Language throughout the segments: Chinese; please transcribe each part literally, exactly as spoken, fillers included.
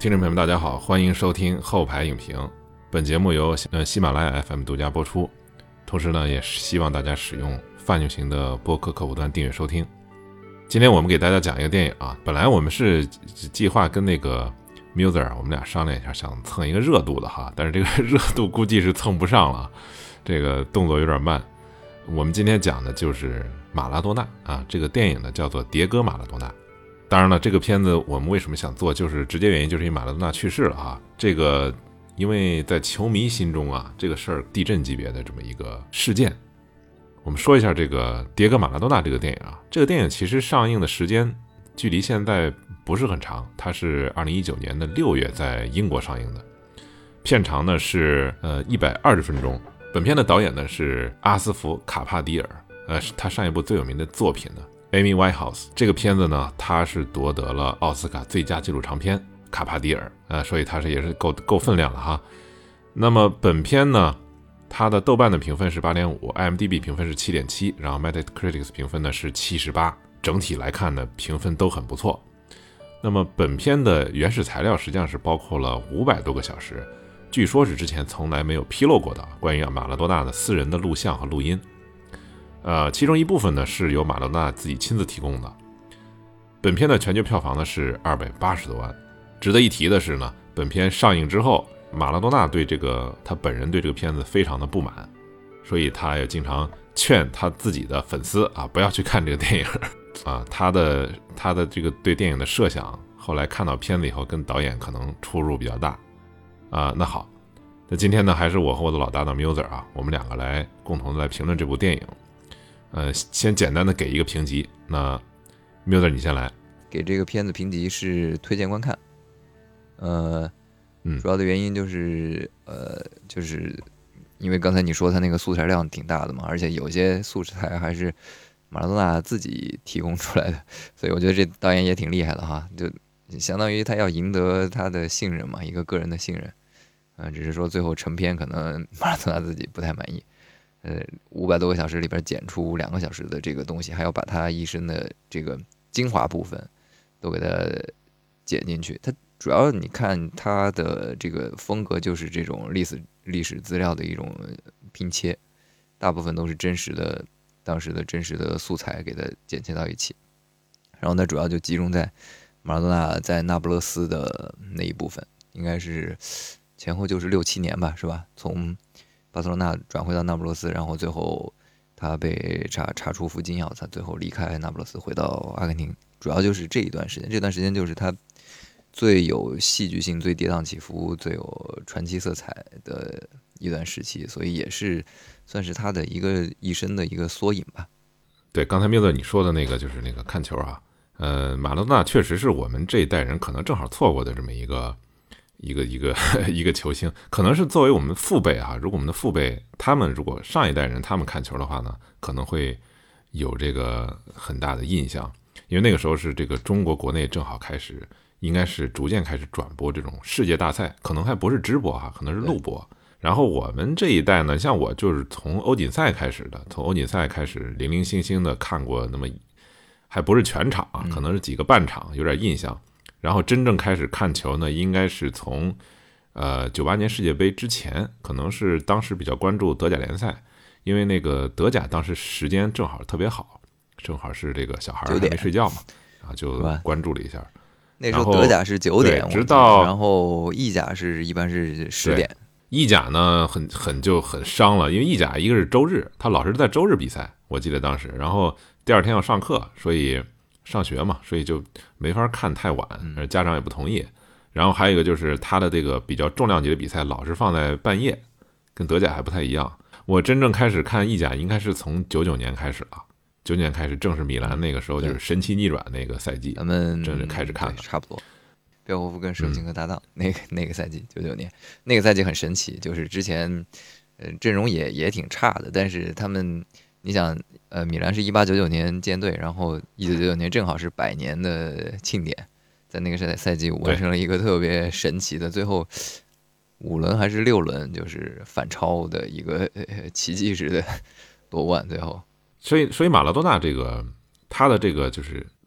听众朋友们大家好，欢迎收听后排影评。本节目由呃喜马拉雅 F M 独家播出，同时呢也希望大家使用泛用型的播客客户端订阅收听。今天我们给大家讲一个电影啊，本来我们是计划跟那个 Muser 我们俩商量一下，想蹭一个热度的哈，但是这个热度估计是蹭不上了，这个动作有点慢。我们今天讲的就是马拉多纳啊，这个电影呢叫做迭戈马拉多纳。当然了，这个片子我们为什么想做，就是直接原因就是因为马拉多纳去世了哈。这个因为在球迷心中啊，这个事儿地震级别的这么一个事件。我们说一下这个迭戈马拉多纳这个电影啊，这个电影其实上映的时间距离现在不是很长，它是二零一九年的六月在英国上映的，片长呢是呃一百二十分钟。本片的导演呢是阿斯福卡帕迪尔，呃是他上一部最有名的作品呢Amy Winehouse。 这个片子呢他是夺得了奥斯卡最佳纪录长片卡帕迪尔，呃所以他是也是够够分量了哈。那么本片呢它的豆瓣的评分是 八点五， I M D B 评分是 七点七， 然后 Metacritic 评分呢是七十八，整体来看呢评分都很不错。那么本片的原始材料实际上是包括了五百多个小时，据说是之前从来没有披露过的关于马拉多纳的私人的录像和录音。呃，其中一部分呢是由马拉多纳自己亲自提供的。本片的全球票房呢是二百八十多万。值得一提的是呢，本片上映之后，马拉多纳对这个他本人对这个片子非常的不满，所以他也经常劝他自己的粉丝啊不要去看这个电影啊。他的他的这个对电影的设想，后来看到片子以后跟导演可能出入比较大啊。那好，那今天呢还是我和我的老搭档 Muser 啊，我们两个来共同的来评论这部电影。呃，先简单的给一个评级，那 Muser 你先来。 给这个片子评级是推荐观看。呃， 嗯， 主要的原因就是呃，就是因为刚才你说他那个素材量挺大的嘛，而且有些素材还是马拉多纳自己提供出来的，所以我觉得这导演也挺厉害的哈，就相当于他要赢得他的信任嘛，一个个人的信任。啊、呃，只是说最后成片可能马拉多纳自己不太满意。呃，五百多个小时里边剪出两个小时的这个东西，还要把它一身的这个精华部分都给它剪进去。它主要你看它的这个风格就是这种历史历史资料的一种拼切，大部分都是真实的当时的真实的素材给它剪切到一起。然后它主要就集中在马拉多纳在那不勒斯的那一部分，应该是前后就是六七年吧，是吧？从巴塞罗那转回到那不勒斯，然后最后他被查查出服禁药，他最后离开那不勒斯回到阿根廷，主要就是这一段时间。这段时间就是他最有戏剧性、最跌宕起伏、最有传奇色彩的一段时期，所以也是算是他的一个一生的一个缩影吧。 对，刚才灭子你说的那个就是那个看球啊，呃，马拉多纳确实是我们这一代人可能正好错过的这么一个。一个一个一个球星，可能是作为我们父辈啊，如果我们的父辈他们如果上一代人他们看球的话呢，可能会有这个很大的印象，因为那个时候是这个中国国内正好开始，应该是逐渐开始转播这种世界大赛，可能还不是直播哈，可能是录播。然后我们这一代呢，像我就是从欧锦赛开始的，从欧锦赛开始零零星星的看过那么，还不是全场啊，可能是几个半场，有点印象。然后真正开始看球呢，应该是从呃九八年世界杯之前，可能是当时比较关注德甲联赛，因为那个德甲当时时间正好特别好，正好是这个小孩还没睡觉嘛，啊就关注了一下。 那时候德甲是九点， 直到然后意甲是一般是十点。 意甲呢很很就很伤了，因为意甲一个是周日，他老是在周日比赛，我记得当时，然后第二天要上课，所以。上学嘛，所以就没法看太晚，家长也不同意。然后还有一个就是他的这个比较重量级的比赛老是放在半夜，跟德甲还不太一样。我真正开始看意甲应该是从九九年开始了，九九年开始正是米兰那个时候就是神奇逆转那个赛季， 咱们真是开始看了， 差不多。彪霍夫跟舍甫琴科搭档、嗯、那个那个赛季九九年那个赛季很神奇，就是之前呃阵容也也挺差的，但是他们你想。呃，米兰是一八九九年建队，然后一九九九年正好是百年的庆典，在那个赛赛季完成了一个特别神奇的，最后五轮还是六轮就是反超的一个、呃、奇迹式的夺冠，最后。 所以，所以马拉多纳这个他的这个就是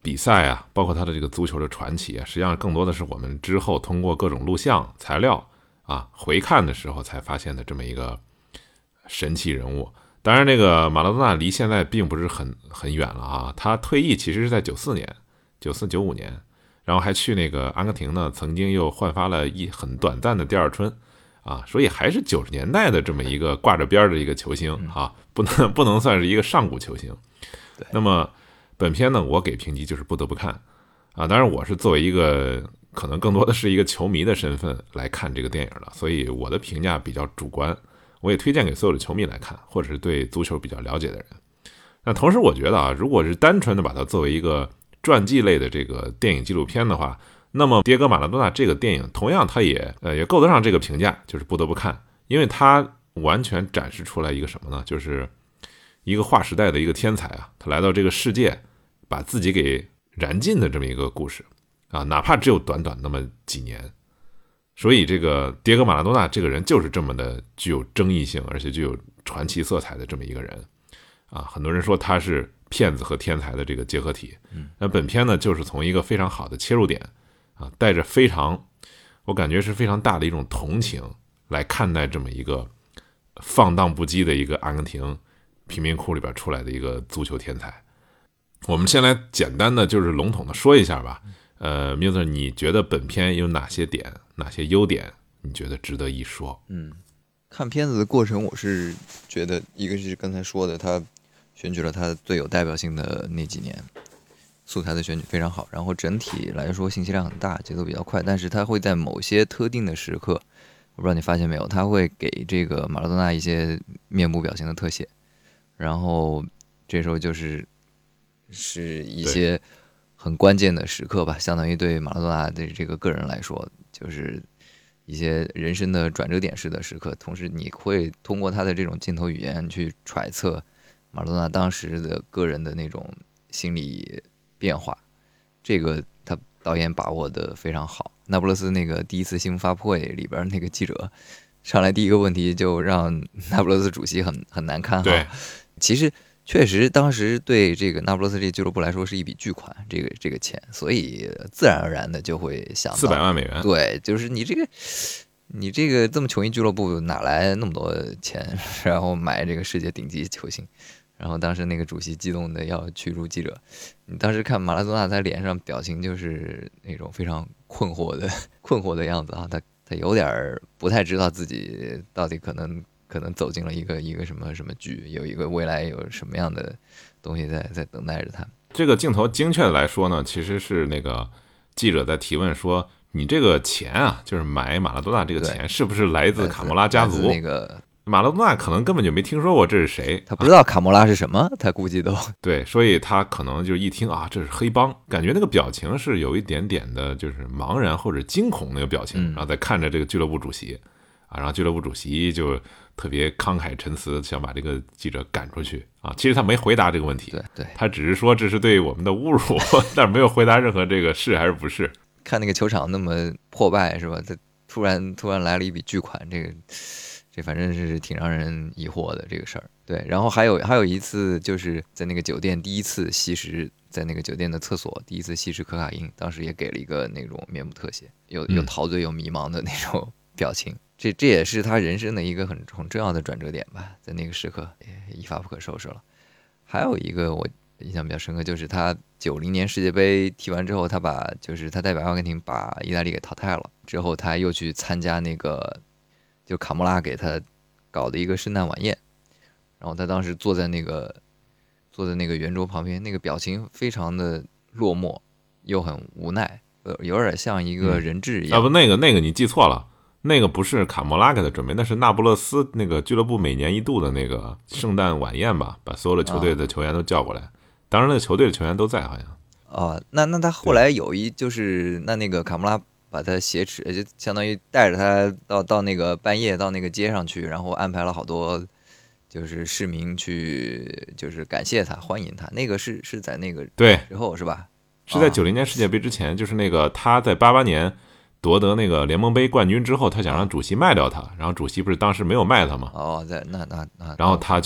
比赛啊，包括他的这个足球的传奇啊，实际上更多的是我们之后通过各种录像材料啊回看的时候才发现的这么一个神奇人物。当然，这个马拉多纳离现在并不是很很远了啊，他退役其实是在九四年、九四九五年，然后还去那个阿根廷呢，曾经又焕发了一很短暂的第二春啊，所以还是九十年代的这么一个挂着边的一个球星啊，不能不能算是一个上古球星。那么本片呢，我给评级就是不得不看啊，当然我是作为一个可能更多的是一个球迷的身份来看这个电影的，所以我的评价比较主观。我也推荐给所有的球迷来看，或者是对足球比较了解的人。那同时我觉得啊，如果是单纯的把它作为一个传记类的这个电影纪录片的话，那么迭戈马拉多纳这个电影同样它也呃也够得上这个评价，就是不得不看，因为它完全展示出来一个什么呢？就是一个划时代的一个天才啊，他来到这个世界，把自己给燃尽的这么一个故事啊，哪怕只有短短那么几年。所以这个迭戈马拉多纳这个人就是这么的具有争议性，而且具有传奇色彩的这么一个人啊。很多人说他是骗子和天才的这个结合体。那本片呢，就是从一个非常好的切入点啊，带着非常我感觉是非常大的一种同情来看待这么一个放荡不羁的一个阿根廷贫民窟里边出来的一个足球天才。我们先来简单的就是笼统的说一下吧。呃 Milton 你觉得本片有哪些点哪些优点你觉得值得一说？ 嗯，看片子的过程我是觉得一个是刚才说的，他选取了他最有代表性的那几年，素材的选取非常好，然后整体来说信息量很大，节奏比较快，但是他会在某些特定的时刻，我不知道你发现没有，他会给这个马拉多纳一些面部表情的特写，然后这时候就是是一些很关键的时刻吧，相当于对马拉多纳的这个个人来说，就是一些人生的转折点式的时刻。同时，你会通过他的这种镜头语言去揣测马拉多纳当时的个人的那种心理变化。这个他导演把握的非常好。那不勒斯那个第一次新闻发布会里边那个记者上来第一个问题就让那不勒斯主席很很难堪哈。 对， 其实。确实，当时对这个那不勒斯这个俱乐部来说是一笔巨款，这个这个钱，所以自然而然的就会想到四百万美元。 对，就是你这个，你这个这么穷一俱乐部哪来那么多钱，然后买这个世界顶级球星？然后当时那个主席激动的要驱逐记者，你当时看马拉多纳他脸上表情就是那种非常困惑的困惑的样子啊，他他有点不太知道自己到底可能。可能走进了一个一个什么什么局，有一个未来有什么样的东西在在等待着他。 这个镜头精确的来说呢，其实是那个记者在提问说：“你这个钱啊，就是买马拉多纳这个钱，是不是来自卡莫拉家族？” 那个马拉多纳可能根本就没听说过这是谁， 他不知道卡莫拉是什么，他估计都对，所以他可能就一听啊，这是黑帮，感觉那个表情是有一点点的，就是茫然或者惊恐那个表情，然后再看着这个俱乐部主席啊，然后俱乐部主席就。特别慷慨陈词，想把这个记者赶出去啊！其实他没回答这个问题， 对对， 他只是说这是对我们的侮辱，但是没有回答任何这个是还是不是。 看那个球场那么破败是吧？他突然突然来了一笔巨款，这个这反正是挺让人疑惑的这个事儿。对，然后还有还有一次就是在那个酒店第一次吸食，在那个酒店的厕所第一次吸食可卡因，当时也给了一个那种面部特写，有有陶醉有迷茫的那种表情。这这也是他人生的一个很很重要的转折点吧，在那个时刻一发不可收拾了。还有一个我印象比较深刻，就是他九零年世界杯踢完之后，他把就是他代表阿根廷把意大利给淘汰了，之后他又去参加那个就卡莫拉给他搞的一个圣诞晚宴，然后他当时坐在那个坐在那个圆桌旁边，那个表情非常的落寞又很无奈，有点像一个人质一样。 啊不，那个那个你记错了。那个不是卡莫拉给他准备，那是那不勒斯那个俱乐部每年一度的那个圣诞晚宴吧，把所有的球队的球员都叫过来，当然那个球队的球员都在好像。 哦，那那他后来有一就是那那个卡莫拉把他挟持，就相当于带着他到到那个半夜到那个街上去，然后安排了好多就是市民去就是感谢他欢迎他，那个是是在那个对之后是吧？ 是在九零年世界杯之前，就是那个他在八八年。夺得那个联盟杯冠军之后，他想让主席卖掉他，然后主席不是当时没有卖他吗？ 哦，在那那那， 然后他就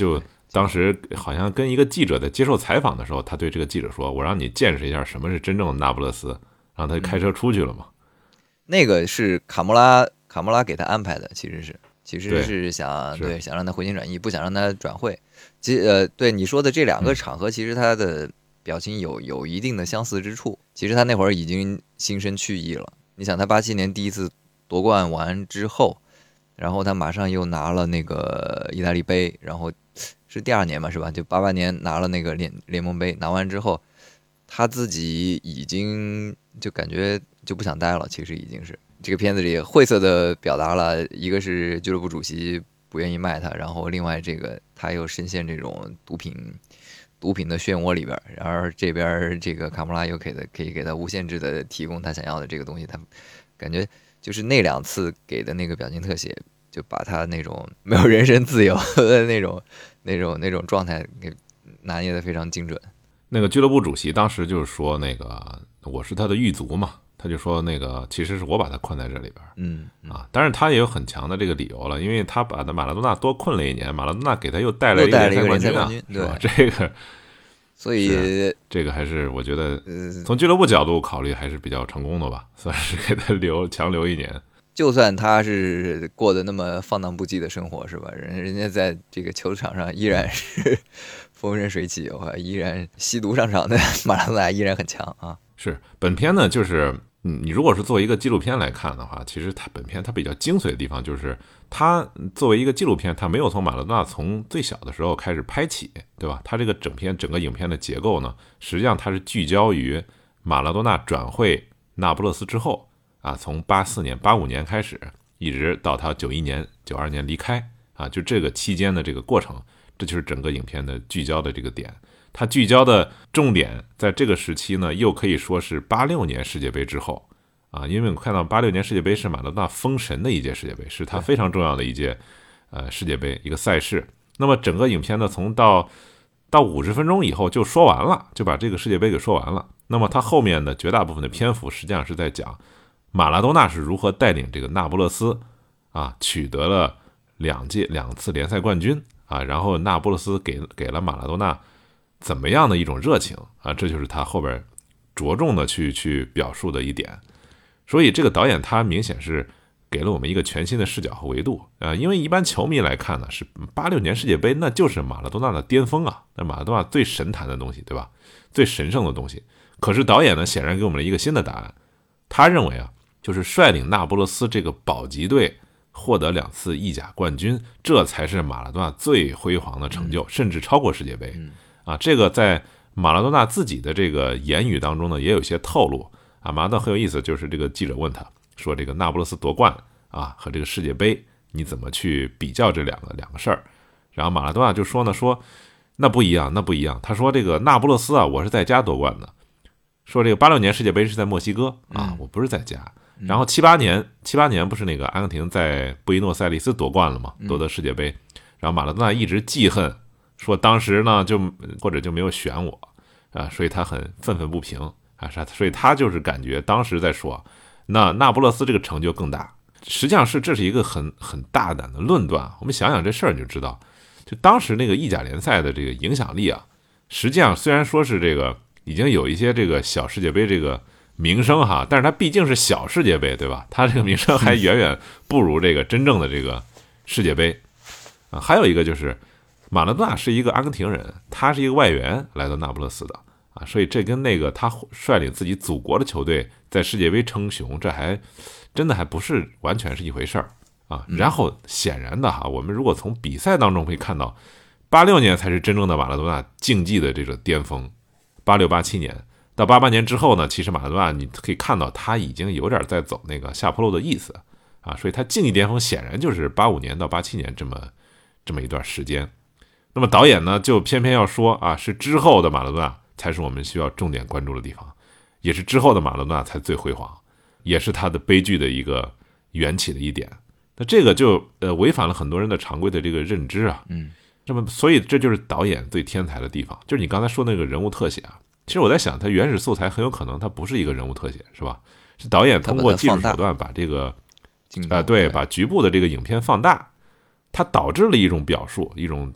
当时好像跟一个记者在接受采访的时候，他对这个记者说：“我让你见识一下什么是真正的那不勒斯。”然后他就开车出去了嘛。嗯、 那个是卡莫拉卡莫拉给他安排的，其实是其实是想 对, 对想让他回心转意，不想让他转会。其实呃，对你说的这两个场合，其实他的表情有有一定的相似之处。其实他那会儿已经心生去意了。你想，他八七年第一次夺冠完之后，然后他马上又拿了那个意大利杯，然后是第二年嘛，是吧？就八八年拿了那个联联盟杯，拿完之后，他自己已经就感觉就不想待了。其实已经是这个片子里晦涩的表达了，一个是俱乐部主席不愿意卖他，然后另外这个他又深陷这种毒品毒品的漩涡里边，然而这边这个卡莫拉又给他可以给他无限制的提供他想要的这个东西，他感觉就是那两次给的那个表情特写，就把他那种没有人身自由的那种那种那种状态给拿捏的非常精准。 那个俱乐部主席当时就是说，那个我是他的狱卒嘛，他就说那个其实是我把他困在这里边， 嗯啊，当然他也有很强的这个理由了，因为他把马拉多纳多困了一年，马拉多纳给他又带来一个联赛冠军啊， 对吧？ 这个， 所以这个还是我觉得从俱乐部角度考虑还是比较成功的吧，算是给他留强留一年。 就算他是过得那么放荡不羁的生活，是吧？人人家在这个球场上依然是风生水起，依然吸毒上场的马拉多纳依然很强啊。 是本片呢，就是嗯，你如果是作为一个纪录片来看的话，其实它本片它比较精髓的地方就是，它作为一个纪录片，它没有从马拉多纳从最小的时候开始拍起，对吧？它这个整片整个影片的结构呢，实际上它是聚焦于马拉多纳转会那不勒斯之后。啊，从八四年、八五年开始，一直到他九一年、九二年离开啊，就这个期间的这个过程，这就是整个影片的聚焦的这个点。它聚焦的重点在这个时期呢，又可以说是八六年世界杯之后啊，因为我们看到八六年世界杯是马拉多纳封神的一届世界杯，是他非常重要的一届呃世界杯一个赛事。那么整个影片呢，从到到五十分钟以后就说完了，就把这个世界杯给说完了。那么它后面的绝大部分的篇幅实际上是在讲马拉多纳是如何带领这个那不勒斯啊取得了两届两次联赛冠军啊，然后那不勒斯给给了马拉多纳怎么样的一种热情啊，这就是他后边着重的去去表述的一点。所以这个导演他明显是给了我们一个全新的视角和维度啊，因为一般球迷来看呢，是八六年世界杯那就是马拉多纳的巅峰啊，那马拉多纳最神坛的东西，对吧？最神圣的东西。可是导演呢，显然给我们了一个新的答案，他认为啊。就是率领那不勒斯这个保级队获得两次意甲冠军，这才是马拉多纳最辉煌的成就，甚至超过世界杯啊！这个在马拉多纳自己的这个言语当中呢，也有些透露啊。马拉多纳很有意思，就是这个记者问他说：“这个那不勒斯夺冠啊和这个世界杯，你怎么去比较这两个两个事儿？”然后马拉多纳就说呢：“说那不一样，那不一样。”他说：“这个那不勒斯啊，我是在家夺冠的。说这个八六年世界杯是在墨西哥啊，我不是在家。”然后七八年，七八年不是那个阿根廷在布宜诺斯艾利斯夺冠了吗？夺得世界杯。然后马拉多纳一直记恨，说当时呢就或者就没有选我啊，所以他很愤愤不平啊，所以他就是感觉当时在说，那那不勒斯这个成就更大。实际上是这是一个很很大胆的论断。我们想想这事儿你就知道，就当时那个意甲联赛的这个影响力啊，实际上虽然说是这个已经有一些这个小世界杯这个。名声哈，但是它毕竟是小世界杯，对吧？它这个名声还远远不如这个真正的这个世界杯啊。还有一个就是马拉多纳是一个阿根廷人，他是一个外援来到那不勒斯的啊，所以这跟那个他率领自己祖国的球队在世界杯称雄，这还真的还不是完全是一回事儿啊。然后显然的哈，我们如果从比赛当中可以看到，八六年才是真正的马拉多纳竞技的这个巅峰，八六八七年。到八八年之后呢，其实马拉多纳你可以看到他已经有点在走那个下坡路的意思啊，所以他竞技巅峰显然就是八五年到八七年这么这么一段时间。那么导演呢就偏偏要说啊，是之后的马拉多纳才是我们需要重点关注的地方，也是之后的马拉多纳才最辉煌，也是他的悲剧的一个缘起的一点。那这个就呃违反了很多人的常规的这个认知啊， 嗯， 那么所以这就是导演最天才的地方，就是你刚才说那个人物特写啊。其实我在想，它原始素材很有可能它不是一个人物特写，是吧？是导演通过技术手段把这个，啊、呃，对，把局部的这个影片放大，它导致了一种表述，一种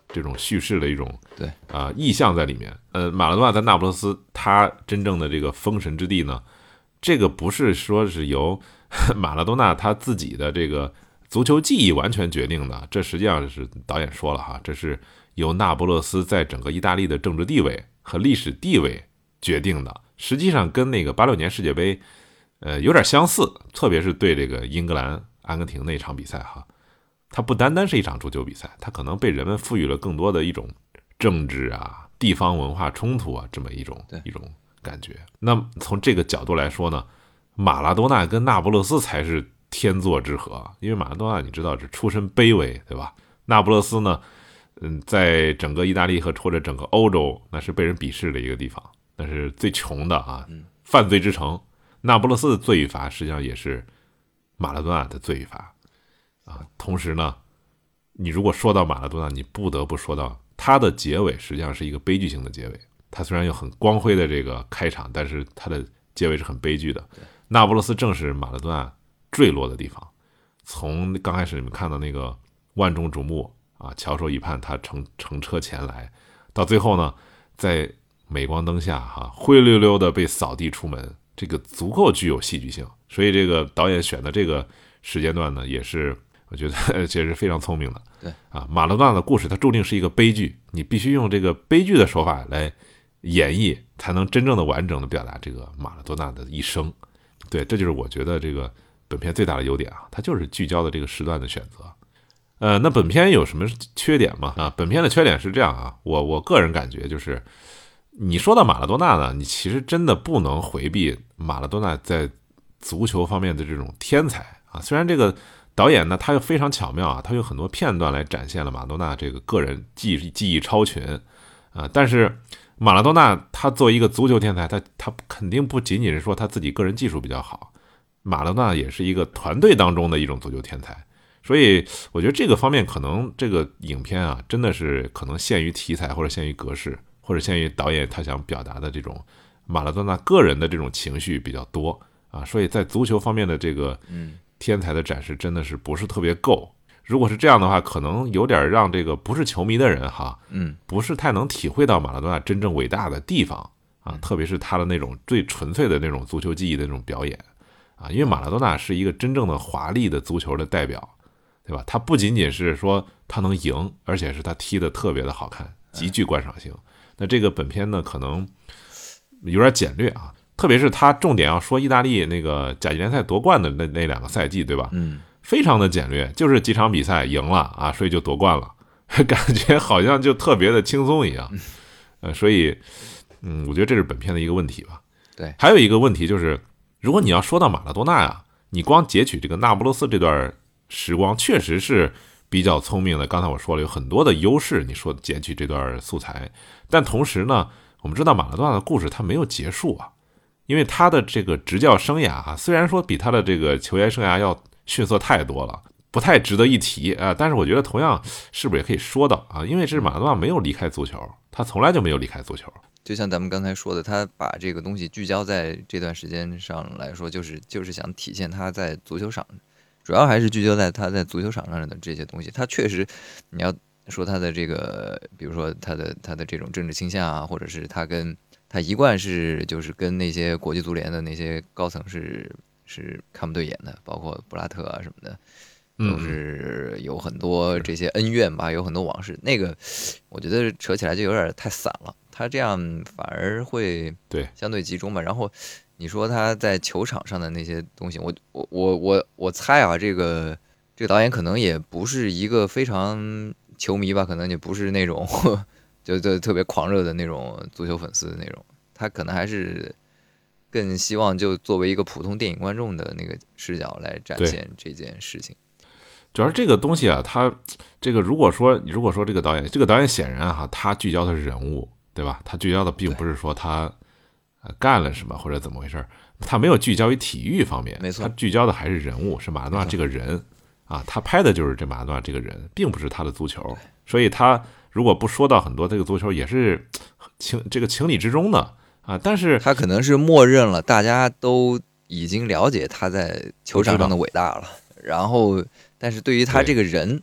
这种叙事的一种对啊、呃、意象在里面。呃，马拉多纳在那不勒斯，他真正的这个封神之地呢，这个不是说是由马拉多纳他自己的这个足球技艺完全决定的，这实际上是导演说了哈，这是由那不勒斯在整个意大利的政治地位和历史地位决定的。实际上跟那个八六年世界杯，呃，有点相似，特别是对这个英格兰、阿根廷那场比赛哈，它不单单是一场足球比赛，它可能被人们赋予了更多的一种政治啊、地方文化冲突啊这么一种一种感觉。那么从这个角度来说呢，马拉多纳跟那不勒斯才是天作之合，因为马拉多纳你知道是出身卑微，对吧？那不勒斯呢，嗯，在整个意大利和或者整个欧洲，那是被人鄙视的一个地方，那是最穷的啊，犯罪之城。那不勒斯的罪与罚实际上也是马拉多纳的罪与罚啊。同时呢，你如果说到马拉多纳，你不得不说到他的结尾实际上是一个悲剧性的结尾。他虽然有很光辉的这个开场，但是他的结尾是很悲剧的。那不勒斯正是马拉多纳坠落的地方。从刚开始你们看到那个万众瞩目啊，翘首以盼他乘乘车前来，到最后呢，在镁光灯下哈、啊，灰溜溜的被扫地出门，这个足够具有戏剧性。所以这个导演选的这个时间段呢，也是我觉得这是非常聪明的。 对啊，马拉多纳的故事它注定是一个悲剧，你必须用这个悲剧的手法来演绎，才能真正的完整的表达这个马拉多纳的一生。对，这就是我觉得这个本片最大的优点啊，它就是聚焦的这个时段的选择。呃，那本片有什么缺点吗？啊，本片的缺点是这样啊，我我个人感觉就是，你说到马拉多纳呢，你其实真的不能回避马拉多纳在足球方面的这种天才啊。虽然这个导演呢，他又非常巧妙啊，他有很多片段来展现了马拉多纳这个个人技技艺超群啊，但是马拉多纳他作为一个足球天才，他他肯定不仅仅是说他自己个人技术比较好，马拉多纳也是一个团队当中的一种足球天才。所以我觉得这个方面可能这个影片啊，真的是可能限于题材或者限于格式，或者限于导演他想表达的这种马拉多纳个人的这种情绪比较多啊，所以在足球方面的这个天才的展示真的是不是特别够。如果是这样的话，可能有点让这个不是球迷的人哈，嗯，不是太能体会到马拉多纳真正伟大的地方啊，特别是他的那种最纯粹的那种足球技艺的那种表演啊，因为马拉多纳是一个真正的华丽的足球的代表。对吧？他不仅仅是说他能赢，而且是他踢得特别的好看，极具观赏性。那这个本片呢，可能有点简略啊，特别是他重点要说意大利那个甲级联赛夺冠的那那两个赛季，对吧？ 嗯， 非常的简略，就是几场比赛赢了啊，所以就夺冠了，感觉好像就特别的轻松一样。呃，所以，嗯，我觉得这是本片的一个问题吧。 对， 还有一个问题就是，如果你要说到马拉多纳呀，你光截取这个那不勒斯这段时光确实是比较聪明的，刚才我说了有很多的优势，你说截取这段素材，但同时呢，我们知道马拉多纳的故事他没有结束啊，因为他的这个执教生涯啊，虽然说比他的这个球员生涯要逊色太多了，不太值得一提啊，但是我觉得同样是不是也可以说到啊，因为这马拉多纳没有离开足球，他从来就没有离开足球。 就像咱们刚才说的，他把这个东西聚焦在这段时间上来说，就是就是想体现他在足球场。主要还是聚焦在他在足球场上的这些东西。他确实，你要说他的这个，比如说他的他的这种政治倾向啊，或者是他跟他一贯是就是跟那些国际足联的那些高层是是看不对眼的，包括布拉特啊什么的，都是有很多这些恩怨吧，有很多往事。那个我觉得扯起来就有点太散了，他这样反而会对相对集中吧，然后。你说他在球场上的那些东西，我我我我我猜啊，这个这个导演可能也不是一个非常球迷吧，可能也不是那种就就特别狂热的那种足球粉丝的那种，他可能还是更希望就作为一个普通电影观众的那个视角来展现这件事情。 主要是这个东西啊，他这个如果说如果说这个导演，这个导演显然哈、啊，他聚焦的是人物，对吧？他聚焦的并不是说他。干了什么或者怎么回事，他没有聚焦于体育方面， 没错， 他聚焦的还是人物，是马拉多纳这个人啊，他拍的就是这马拉多纳这个人，并不是他的足球，所以他如果不说到很多这个足球，也是情这个情理之中的啊。但是他可能是默认了大家都已经了解他在球场上的伟大了，然后但是对于他这个人，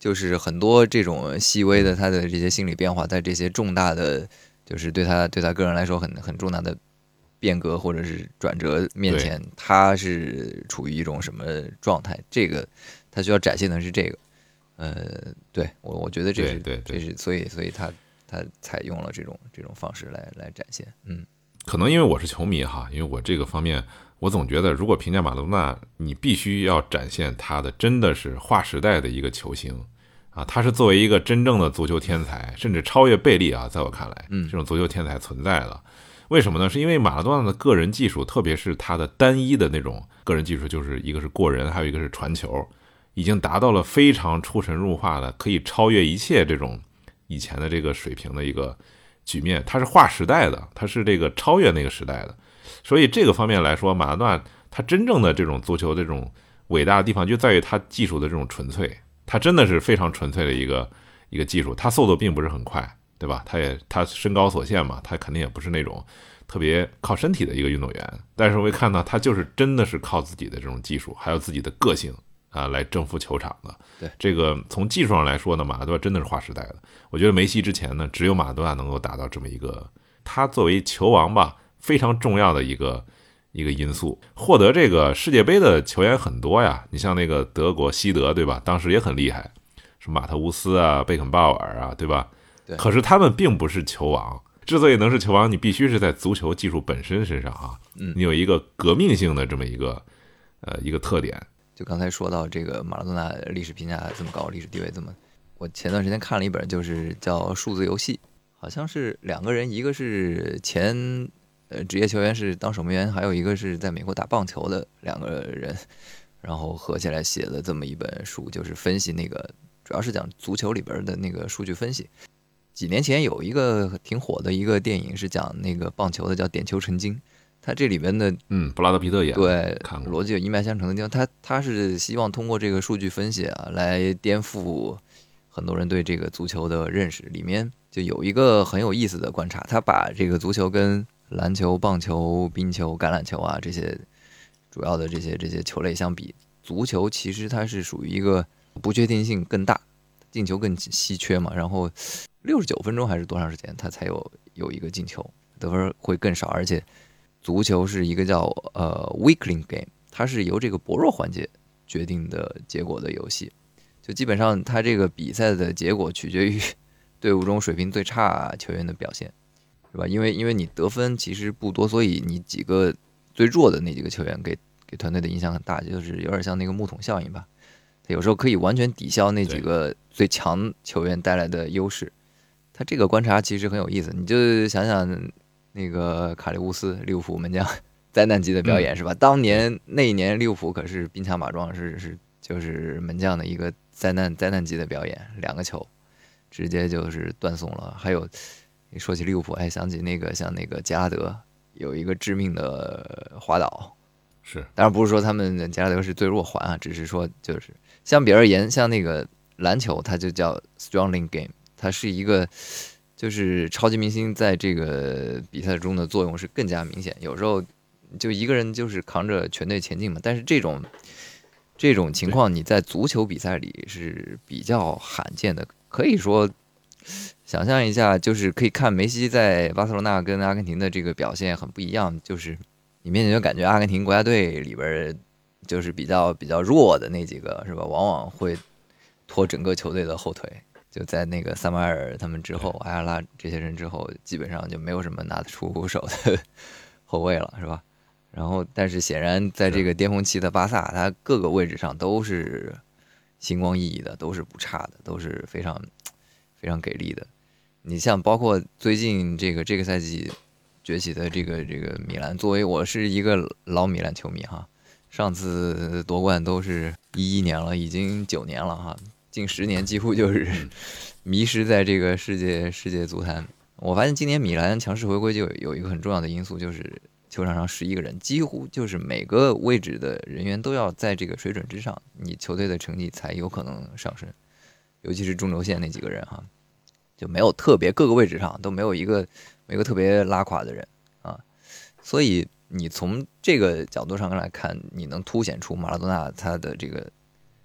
就是很多这种细微的他的这些心理变化，在这些重大的就是对他对他个人来说很很重大的变革或者是转折面前，他是处于一种什么状态？这个他需要展现的是这个。呃，对我我觉得这是对对对这是所以所以他他采用了这种这种方式来来展现。嗯， 可能因为我是球迷哈，因为我这个方面，我总觉得如果评价马拉多纳，你必须要展现他的真的是划时代的一个球星啊，他是作为一个真正的足球天才，甚至超越贝利啊，在我看来， 嗯， 这种足球天才存在了。为什么呢？是因为马拉多纳的个人技术，特别是他的单一的那种个人技术，就是一个是过人，还有一个是传球，已经达到了非常出神入化的，可以超越一切这种以前的这个水平的一个局面。他是划时代的，他是这个超越那个时代的。所以这个方面来说，马拉多纳他真正的这种足球的这种伟大的地方，就在于他技术的这种纯粹。他真的是非常纯粹的一个一个技术，他速度并不是很快，对吧？他也他身高所限嘛，他肯定也不是那种特别靠身体的一个运动员。但是我会看到他就是真的是靠自己的这种技术，还有自己的个性啊，来征服球场的。 对， 这个从技术上来说呢，马拉多纳真的是划时代的。我觉得梅西之前呢，只有马拉多纳能够达到这么一个，他作为球王吧，非常重要的一个。一个因素，获得这个世界杯的球员很多呀，你像那个德国西德，对吧？当时也很厉害，什么马特乌斯啊、贝肯鲍尔啊，对吧？ 对。 可是他们并不是球王，之所以能是球王，你必须是在足球技术本身身上啊， 嗯， 你有一个革命性的这么一个呃一个特点。 就刚才说到这个马拉多纳历史评价这么高，历史地位这么，我前段时间看了一本，就是叫《数字游戏》，好像是两个人，一个是前。呃，职业球员是当守门员，还有一个是在美国打棒球的两个人，然后合起来写了这么一本书，就是分析那个，主要是讲足球里边的那个数据分析。几年前有一个挺火的一个电影是讲那个棒球的，叫《点球成金》，它这里边的， 嗯，布拉德皮特演， 对， 看过， 逻辑有一脉相承的地方。他他是希望通过这个数据分析啊，来颠覆很多人对这个足球的认识。里面就有一个很有意思的观察，他把这个足球跟篮球、棒球、冰球、橄榄球啊这些主要的这些这些球类相比，足球其实它是属于一个不确定性更大，进球更稀缺嘛。然后六十九分钟还是多长时间，它才有有一个进球，得分会更少。而且足球是一个叫呃 weakling game， 它是由这个薄弱环节决定的结果的游戏，就基本上它这个比赛的结果取决于队伍中水平最差球员的表现。是吧？因为因为你得分其实不多，所以你几个最弱的那几个球员给给团队的影响很大，就是有点像那个木桶效应吧。他有时候可以完全抵消那几个最强球员带来的优势。他这个观察其实很有意思，你就想想那个卡利乌斯，利物浦门将灾难级的表演、嗯、是吧？当年那一年利物浦可是兵强马壮，是是就是门将的一个灾难灾难级的表演，两个球直接就是断送了。还有。你说起利物浦，还想起那个像那个杰拉德有一个致命的滑倒， 是， 当然不是说他们杰拉德是最弱环啊，只是说就是相比而言，像那个篮球，它就叫 Strongling Game， 它是一个就是超级明星在这个比赛中的作用是更加明显，有时候就一个人就是扛着全队前进嘛，但是这种这种情况你在足球比赛里是比较罕见的，可以说。想象一下，就是可以看梅西在巴塞罗那跟阿根廷的这个表现很不一样，就是你明显就感觉阿根廷国家队里边就是比较比较弱的那几个是吧，往往会拖整个球队的后腿。就在那个萨马尔他们之后，埃亚拉这些人之后，基本上就没有什么拿得出手的后卫了，是吧？然后，但是显然在这个巅峰期的巴萨，他各个位置上都是星光熠熠的，都是不差的，都是非常。非常给力的，你像包括最近这个这个赛季崛起的这个这个米兰，作为我是一个老米兰球迷哈，上次夺冠都是一一年了，已经九年了哈，近十年几乎就是迷失在这个世界世界足坛。我发现今年米兰强势回归就有有一个很重要的因素，就是球场上十一个人，几乎就是每个位置的人员都要在这个水准之上，你球队的成绩才有可能上升。尤其是中轴线那几个人哈，就没有特别各个位置上都没有一个没有一个特别拉垮的人啊，所以你从这个角度上来看，你能凸显出马拉多纳他的这个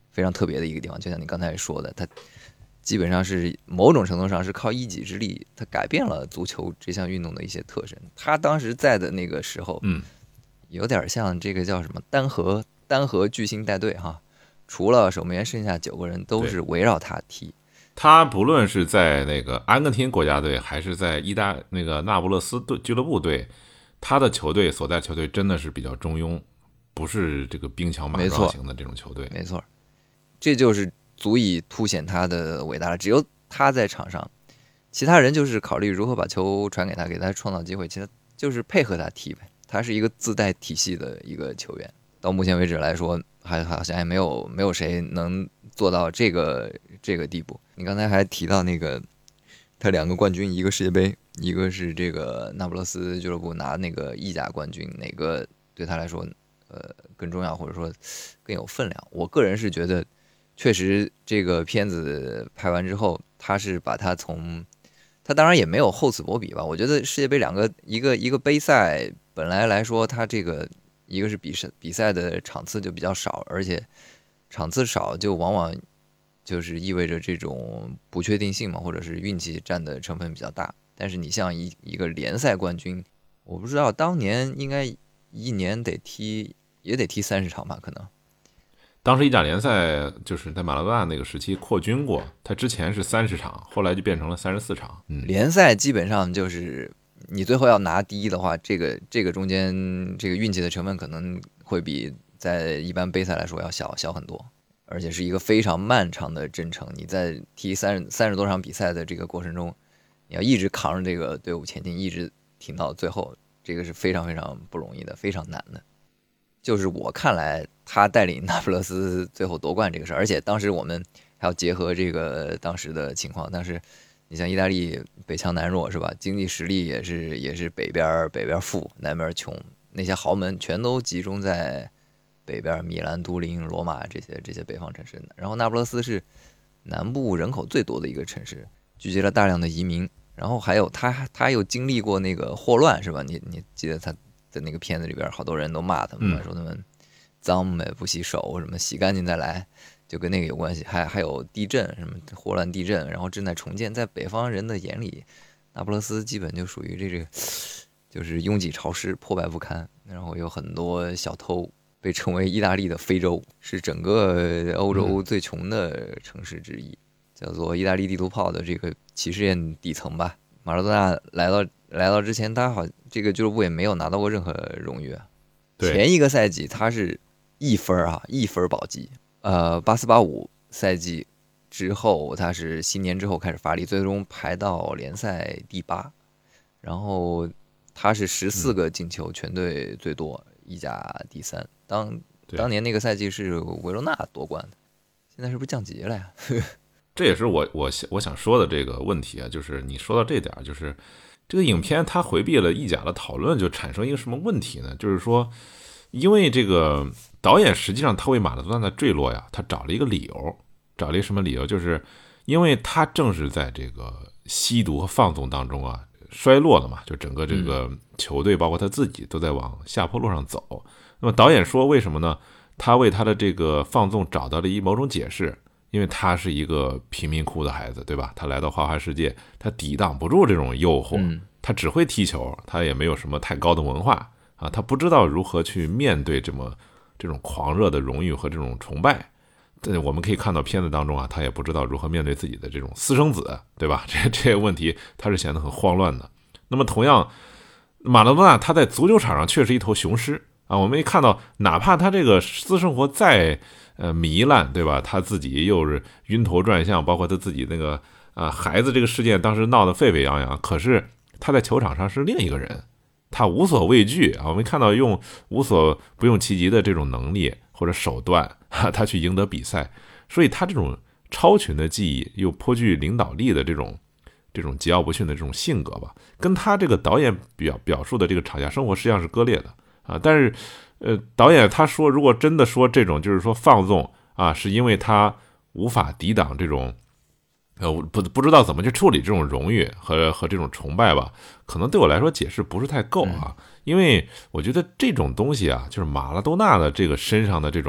非常特别的一个地方。就像你刚才说的，他基本上是某种程度上是靠一己之力，他改变了足球这项运动的一些特征。他当时在的那个时候， 嗯， 有点像这个叫什么单核单核巨星带队哈，除了守门员，剩下九个人都是围绕他踢。 他不论是在那个阿根廷国家队，还是在意大那个那不勒斯队俱乐部队，他的球队所在球队真的是比较中庸，不是这个兵强马壮型的这种球队。 没错，这就是足以凸显他的伟大了。只有他在场上，其他人就是考虑如何把球传给他，给他创造机会，其他就是配合他踢呗。他是一个自带体系的一个球员，到目前为止来说，还好像还没有没有谁能做到这个这个地步。你刚才还提到那个他两个冠军，一个世界杯，一个是这个那不勒斯俱乐部拿那个意甲冠军，哪个对他来说呃更重要，或者说更有分量？我个人是觉得，确实这个片子拍完之后，他是把他从他当然也没有厚此薄彼吧。我觉得世界杯两个一个一个杯赛本来来说，他这个一个是比赛比赛的场次就比较少，而且场次少就往往就是意味着这种不确定性嘛，或者是运气占的成分比较大。但是你像一一个联赛冠军，我不知道当年应该一年得踢也得踢三十场吧，可能。 当时意甲联赛就是在马拉多纳那个时期扩军过，他之前是三十场，后来就变成了三十四场。嗯， 联赛基本上就是你最后要拿第一的话，这个这个中间这个运气的成分可能会比在一般杯赛来说要小小很多。而且是一个非常漫长的征程。你在踢三三十多场比赛的这个过程中，你要一直扛着这个队伍前进，一直挺到最后，这个是非常非常不容易的，非常难的。就是我看来，他带领那不勒斯最后夺冠这个事儿，而且当时我们还要结合这个当时的情况，当时你像意大利北强南弱是吧？经济实力也是也是北边北边富，南边穷，那些豪门全都集中在北边米兰、都灵、罗马这些这些北方城市，然后那不勒斯是南部人口最多的一个城市，聚集了大量的移民，然后还有他他又经历过那个霍乱是吧？你你记得他在那个片子里边，好多人都骂他们，说他们脏呗，不洗手，什么洗干净再来，就跟那个有关系。还还有地震，什么霍乱地震，然后正在重建，在北方人的眼里，那不勒斯基本就属于这个就是拥挤潮湿、破败不堪，然后有很多小偷。被称为意大利的非洲，是整个欧洲最穷的城市之一，叫做意大利地图炮的这个歧视链底层吧。马拉多纳来到来到之前，他好这个俱乐部也没有拿到过任何荣誉。前一个赛季他是一分啊，一分保级。呃，八四八五赛季之后，他是新年之后开始发力，最终排到联赛第八。然后他是十四个进球，全队最多，意甲第三。当当年那个赛季是维罗纳夺冠的，现在是不是降级了呀？ 这也是我我我想说的这个问题啊，就是你说到这点，就是这个影片它回避了意甲的讨论，就产生一个什么问题呢？就是说，因为这个导演实际上他为马拉多纳的坠落呀，他找了一个理由，找了一个什么理由？就是因为他正是在这个吸毒和放纵当中啊衰落了嘛，就整个这个球队包括他自己都在往下坡路上走。那么导演说为什么呢？他为他的这个放纵找到了一某种解释，因为他是一个贫民窟的孩子，对吧？他来到花花世界，他抵挡不住这种诱惑，他只会踢球，他也没有什么太高的文化啊，他不知道如何去面对这么这种狂热的荣誉和这种崇拜。但我们可以看到片子当中啊，他也不知道如何面对自己的这种私生子，对吧？这这个问题他是显得很慌乱的。那么同样，马拉多纳他在足球场上却是一头雄狮啊！我们也看到，哪怕他这个私生活再呃糜烂，对吧？他自己又是晕头转向，包括他自己那个啊、呃、孩子这个事件，当时闹得沸沸扬扬。可是他在球场上是另一个人，他无所畏惧啊！我们看到用无所不用其极的这种能力或者手段，哈，他去赢得比赛。所以他这种超群的技艺又颇具领导力的这种这种桀骜不驯的这种性格吧，跟他这个导演表表述的这个场下生活实际上是割裂的啊。但是，呃，导演他说，如果真的说这种就是说放纵啊，是因为他无法抵挡这种，呃，不不知道怎么去处理这种荣誉和和这种崇拜吧，可能对我来说解释不是太够啊。因为我觉得这种东西啊，就是马拉多纳的这个身上的这种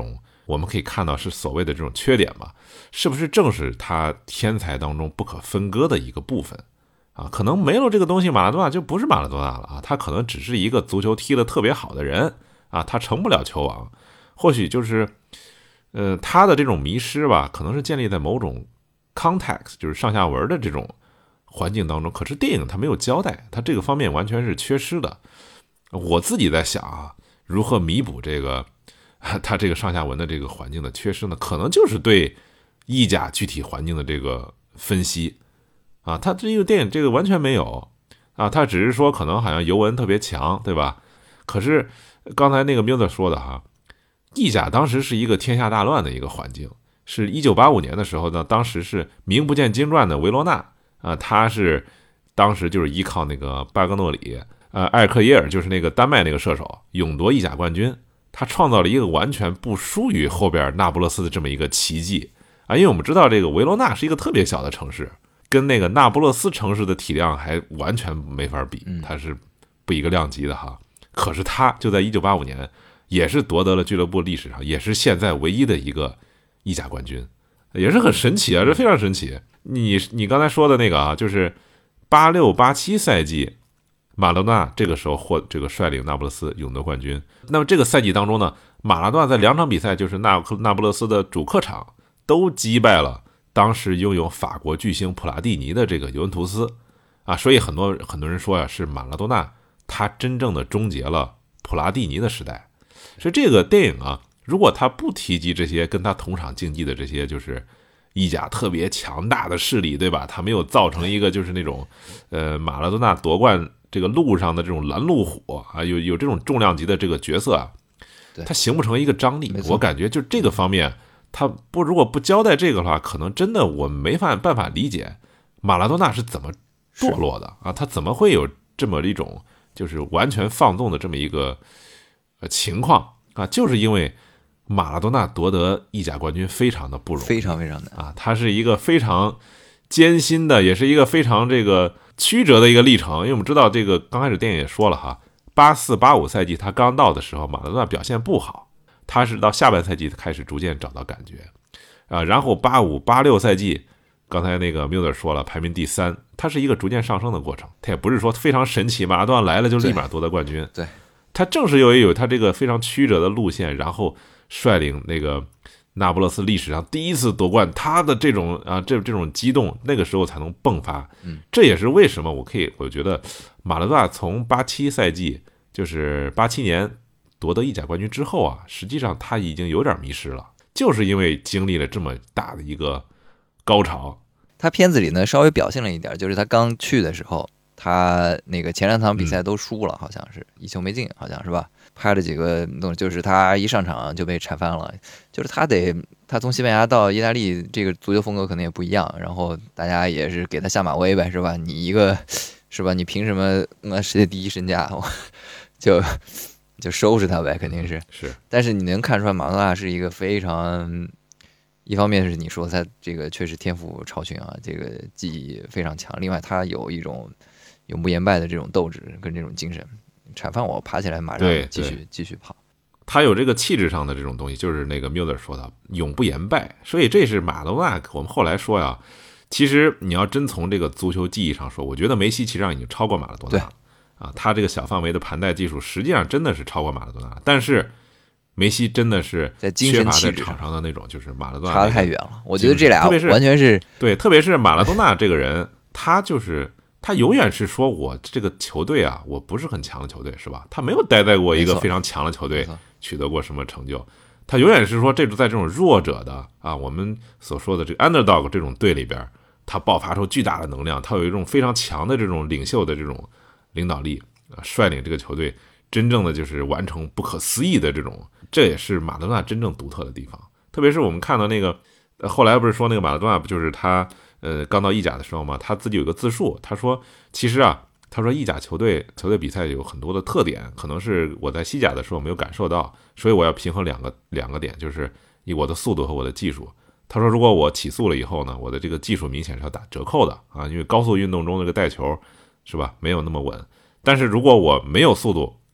我们可以看到是所谓的这种缺点嘛，是不是正是他天才当中不可分割的一个部分啊？可能没有这个东西，马拉多纳就不是马拉多纳了啊，他可能只是一个足球踢得特别好的人啊，他成不了球王。或许就是呃他的这种迷失吧，可能是建立在某种 context， 就是上下文的这种环境当中，可是电影它没有交代，它这个方面完全是缺失的。我自己在想啊，如何弥补这个它这个上下文的这个环境的缺失呢？可能就是对意甲具体环境的这个分析啊，它这个电影这个完全没有啊，它只是说可能好像尤文特别强，对吧？可是刚才那个 Miller 说的哈，意甲当时是一个天下大乱的一个环境，是一九八五年的时候呢，当时是名不见经传的维罗纳啊，他是当时就是依靠那个巴格诺里。呃，埃尔克耶尔就是那个丹麦那个射手，勇夺意甲冠军，他创造了一个完全不输于后边那不勒斯的这么一个奇迹啊！因为我们知道这个维罗纳是一个特别小的城市，跟那个那不勒斯城市的体量还完全没法比，它是不一个量级的哈。可是他就在一九八五年，也是夺得了俱乐部历史上也是现在唯一的一个意甲冠军，也是很神奇啊，这非常神奇。你你刚才说的那个啊，就是八六八七赛季。马拉多纳这个时候获这个率领那不勒斯勇夺冠军。那么这个赛季当中呢，马拉多纳在两场比赛，就是那那不勒斯的主客场都击败了当时拥有法国巨星普拉蒂尼的这个尤文图斯啊，所以很多很多人说呀，是马拉多纳他真正的终结了普拉蒂尼的时代。所以这个电影啊，如果他不提及这些跟他同场竞技的这些就是意甲特别强大的势力，对吧？他没有造成一个就是那种呃马拉多纳夺冠这个路上的这种拦路虎啊，有有这种重量级的这个角色啊，它形不成一个张力。我感觉就这个方面，他不如果不交代这个的话，可能真的我没法办法理解马拉多纳是怎么堕落的啊，他怎么会有这么一种就是完全放纵的这么一个呃情况啊？就是因为马拉多纳夺得意甲冠军非常的不容易， 非常非常难啊，他是一个非常艰辛的，也是一个非常这个曲折的一个历程。因为我们知道这个刚开始电影也说了哈，八四八五赛季他刚到的时候，马拉多纳表现不好，他是到下半赛季开始逐渐找到感觉啊。然后八五八六赛季，刚才那个 Miller 说了，排名第三，他是一个逐渐上升的过程，他也不是说非常神奇，马拉多纳来了就立马夺得冠军。 对， 他正是由于有他这个非常曲折的路线，然后率领那个那不勒斯历史上第一次夺冠，他的这种啊这这种激动，那个时候才能迸发。这也是为什么我可以我觉得马拉多纳从八七赛季，就是八七年夺得意甲冠军之后啊，实际上他已经有点迷失了，就是因为经历了这么大的一个高潮。 他片子里呢稍微表现了一点，就是他刚去的时候，他那个前两场比赛都输了，好像是一球没进，好像是吧？拍了几个，就是他一上场就被铲翻了。就是他得，他从西班牙到意大利，这个足球风格可能也不一样。然后大家也是给他下马威呗，是吧？你一个，是吧？你凭什么那世界第一身价，就就收拾他呗？肯定是是。但是你能看出来，马拉多纳是一个非常，一方面是你说他这个确实天赋超群啊，这个技艺非常强。另外，他有一种永不言败的这种斗志跟这种精神。铲翻我，爬起来马上继续继续跑。 他有这个气质上的这种东西，就是那个 Miller 说的永不言败。所以这是马拉多纳。我们后来说呀，其实你要真从这个足球技艺上说，我觉得梅西其实上已经超过马拉多纳了啊。他这个小范围的盘带技术，实际上真的是超过马拉多纳。但是梅西真的是在精神气质缺乏在场上的那种，就是马拉多纳差得太远了。我觉得这俩完全是对，特别是马拉多纳这个人，他就是。他永远是说我这个球队啊，我不是很强的球队，是吧？他没有待在过一个非常强的球队，取得过什么成就。他永远是说，这种在这种弱者的啊，我们所说的这个 underdog 这种队里边，他爆发出巨大的能量，他有一种非常强的这种领袖的这种领导力啊，率领这个球队真正的就是完成不可思议的这种，这也是马拉多纳真正独特的地方。特别是我们看到那个后来不是说那个马拉多纳不就是他。呃，刚到意甲的时候嘛，他自己有个自述，他说，其实啊，他说意甲球队球队比赛有很多的特点，可能是我在西甲的时候没有感受到，所以我要平衡两个两个点，就是以我的速度和我的技术。他说，如果我起速了以后呢，我的这个技术明显是要打折扣的啊，因为高速运动中这个带球是吧，没有那么稳。但是如果我没有速度，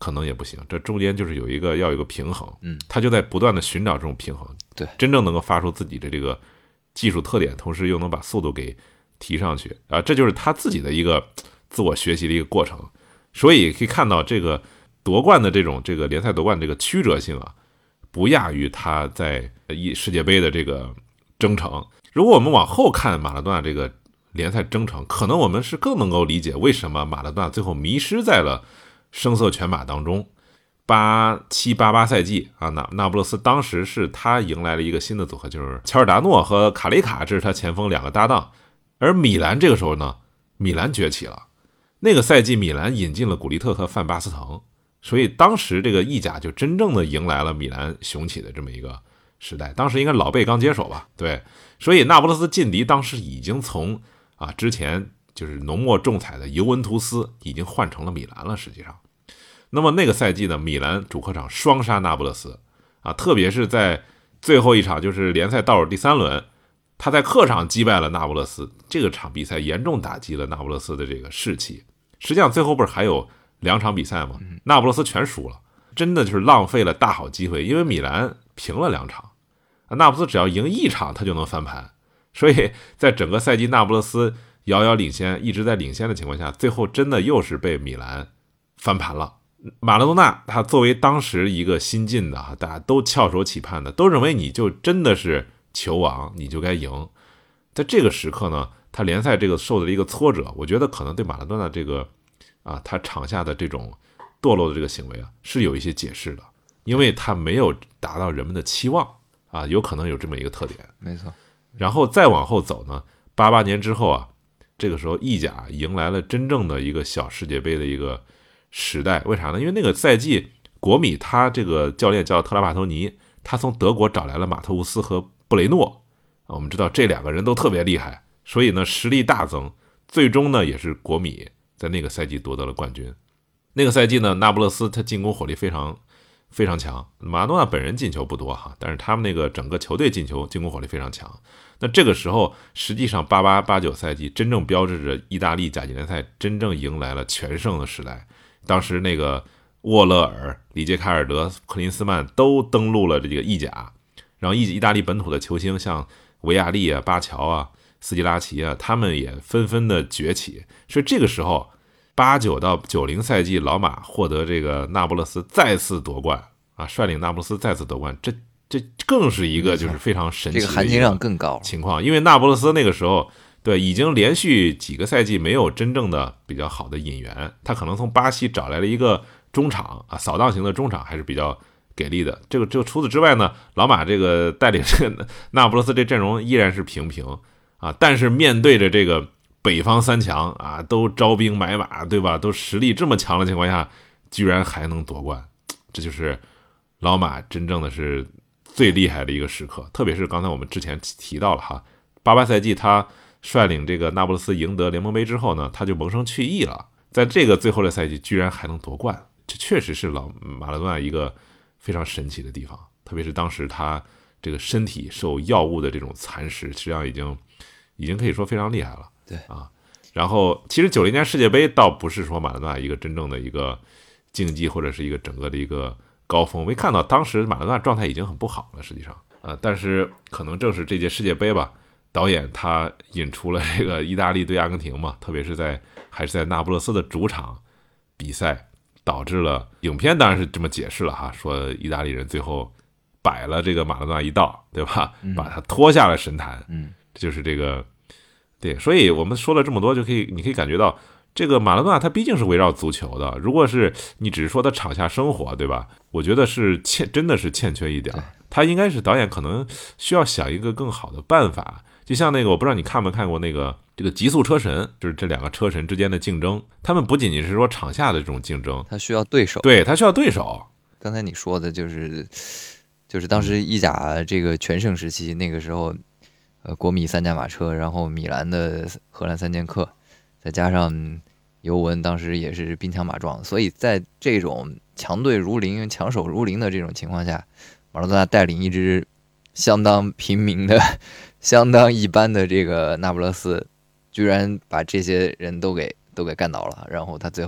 可能也不行，这中间就是有一个要有一个平衡， 嗯， 他就在不断的寻找这种平衡， 对， 真正能够发出自己的这个技术特点，同时又能把速度给提上去啊，这就是他自己的一个自我学习的一个过程。所以可以看到这个夺冠的这种这个联赛夺冠这个曲折性啊，不亚于他在一世界杯的这个征程。如果我们往后看马拉多纳这个联赛征程，可能我们是更能够理解为什么马拉多纳最后迷失在了声色犬马当中。八七八八赛季啊，那那不勒斯当时是他迎来了一个新的组合，就是乔尔达诺和卡雷卡，这是他前锋两个搭档。而米兰这个时候呢，米兰崛起了。那个赛季米兰引进了古利特和范巴斯滕，所以当时这个意甲就真正的迎来了米兰雄起的这么一个时代。当时应该老贝刚接手吧，对，所以那不勒斯劲敌当时已经从啊之前就是浓墨重彩的尤文图斯已经换成了米兰了，实际上。那么那个赛季呢，米兰主客场双杀那不勒斯啊，特别是在最后一场，就是联赛倒数第三轮，他在客场击败了那不勒斯，这个场比赛严重打击了那不勒斯的这个士气。实际上最后不是还有两场比赛吗？那不勒斯全输了，真的就是浪费了大好机会，因为米兰平了两场，那不勒斯只要赢一场他就能翻盘，所以在整个赛季那不勒斯遥遥领先，一直在领先的情况下，最后真的又是被米兰翻盘了。马拉多纳他作为当时一个新晋的，大家都翘首企盼的，都认为你就真的是球王，你就该赢。在这个时刻呢，他联赛这个受的一个挫折，我觉得可能对马拉多纳这个啊，他场下的这种堕落的这个行为啊，是有一些解释的，因为他没有达到人们的期望啊，有可能有这么一个特点。 没错。 然后再往后走呢，八八年之后啊，这个时候意甲迎来了真正的一个小世界杯的一个时代。为啥呢？因为那个赛季国米他这个教练叫特拉帕托尼，他从德国找来了马特乌斯和布雷诺啊，我们知道这两个人都特别厉害，所以呢实力大增，最终呢也是国米在那个赛季夺得了冠军。那个赛季呢，那不勒斯他进攻火力非常非常强，马拉多纳本人进球不多哈，但是他们那个整个球队进球进攻火力非常强。那这个时候实际上八八八九赛季真正标志着意大利甲级联赛真正迎来了全盛的时代。当时那个沃勒尔、里杰卡尔德、克林斯曼都登陆了这个意甲，然后意意大利本土的球星像维亚利啊、巴乔啊、斯基拉奇啊，他们也纷纷的崛起。所以这个时候八九到九零赛季，老马获得这个那不勒斯再次夺冠啊，率领那不勒斯再次夺冠，这这更是一个就是非常神奇的这个含金量更高情况，因为那不勒斯那个时候对已经连续几个赛季没有真正的比较好的引援，他可能从巴西找来了一个中场啊，扫荡型的中场还是比较给力的。这个这个除此之外呢，老马这个带领这个那不勒斯这阵容依然是平平啊，但是面对着这个北方三强啊，都招兵买马，对吧？都实力这么强的情况下，居然还能夺冠，这就是老马真正的是最厉害的一个时刻。特别是刚才我们之前提到了哈，八八赛季他率领这个那不勒斯赢得联盟杯之后呢，他就萌生去意了，在这个最后的赛季居然还能夺冠，这确实是老马拉多纳一个非常神奇的地方。特别是当时他这个身体受药物的这种蚕食，实际上已经已经可以说非常厉害了。 对啊，然后其实九零年世界杯倒不是说马拉多纳一个真正的一个竞技或者是一个整个的一个高峰，没看到当时马拉多纳状态已经很不好了，实际上呃，但是可能正是这届世界杯吧，导演他引出了这个意大利对阿根廷嘛，特别是在还是在那不勒斯的主场比赛，导致了影片当然是这么解释了哈，说意大利人最后摆了这个马拉多纳一道，对吧？把他拖下了神坛， 嗯， 这就是这个对，所以我们说了这么多，就可以你可以感觉到这个马拉多纳他毕竟是围绕足球的，如果是你只是说他场下生活，对吧？我觉得是欠真的是欠缺一点，他应该是导演可能需要想一个更好的办法。就像那个我不知道你看没看过那个这个极速车神，就是这两个车神之间的竞争，他们不仅仅是说场下的这种竞争， 他需要对手， 对他需要对手。 刚才你说的就是就是当时意甲这个全盛时期，那个时候呃国米三驾马车，然后米兰的荷兰三剑客，再加上尤文当时也是兵强马壮，所以在这种强队如林、强手如林的这种情况下，马拉多纳带领一支相当平民的、相当一般的这个那不勒斯，居然把这些人都给都给干倒了，然后他最后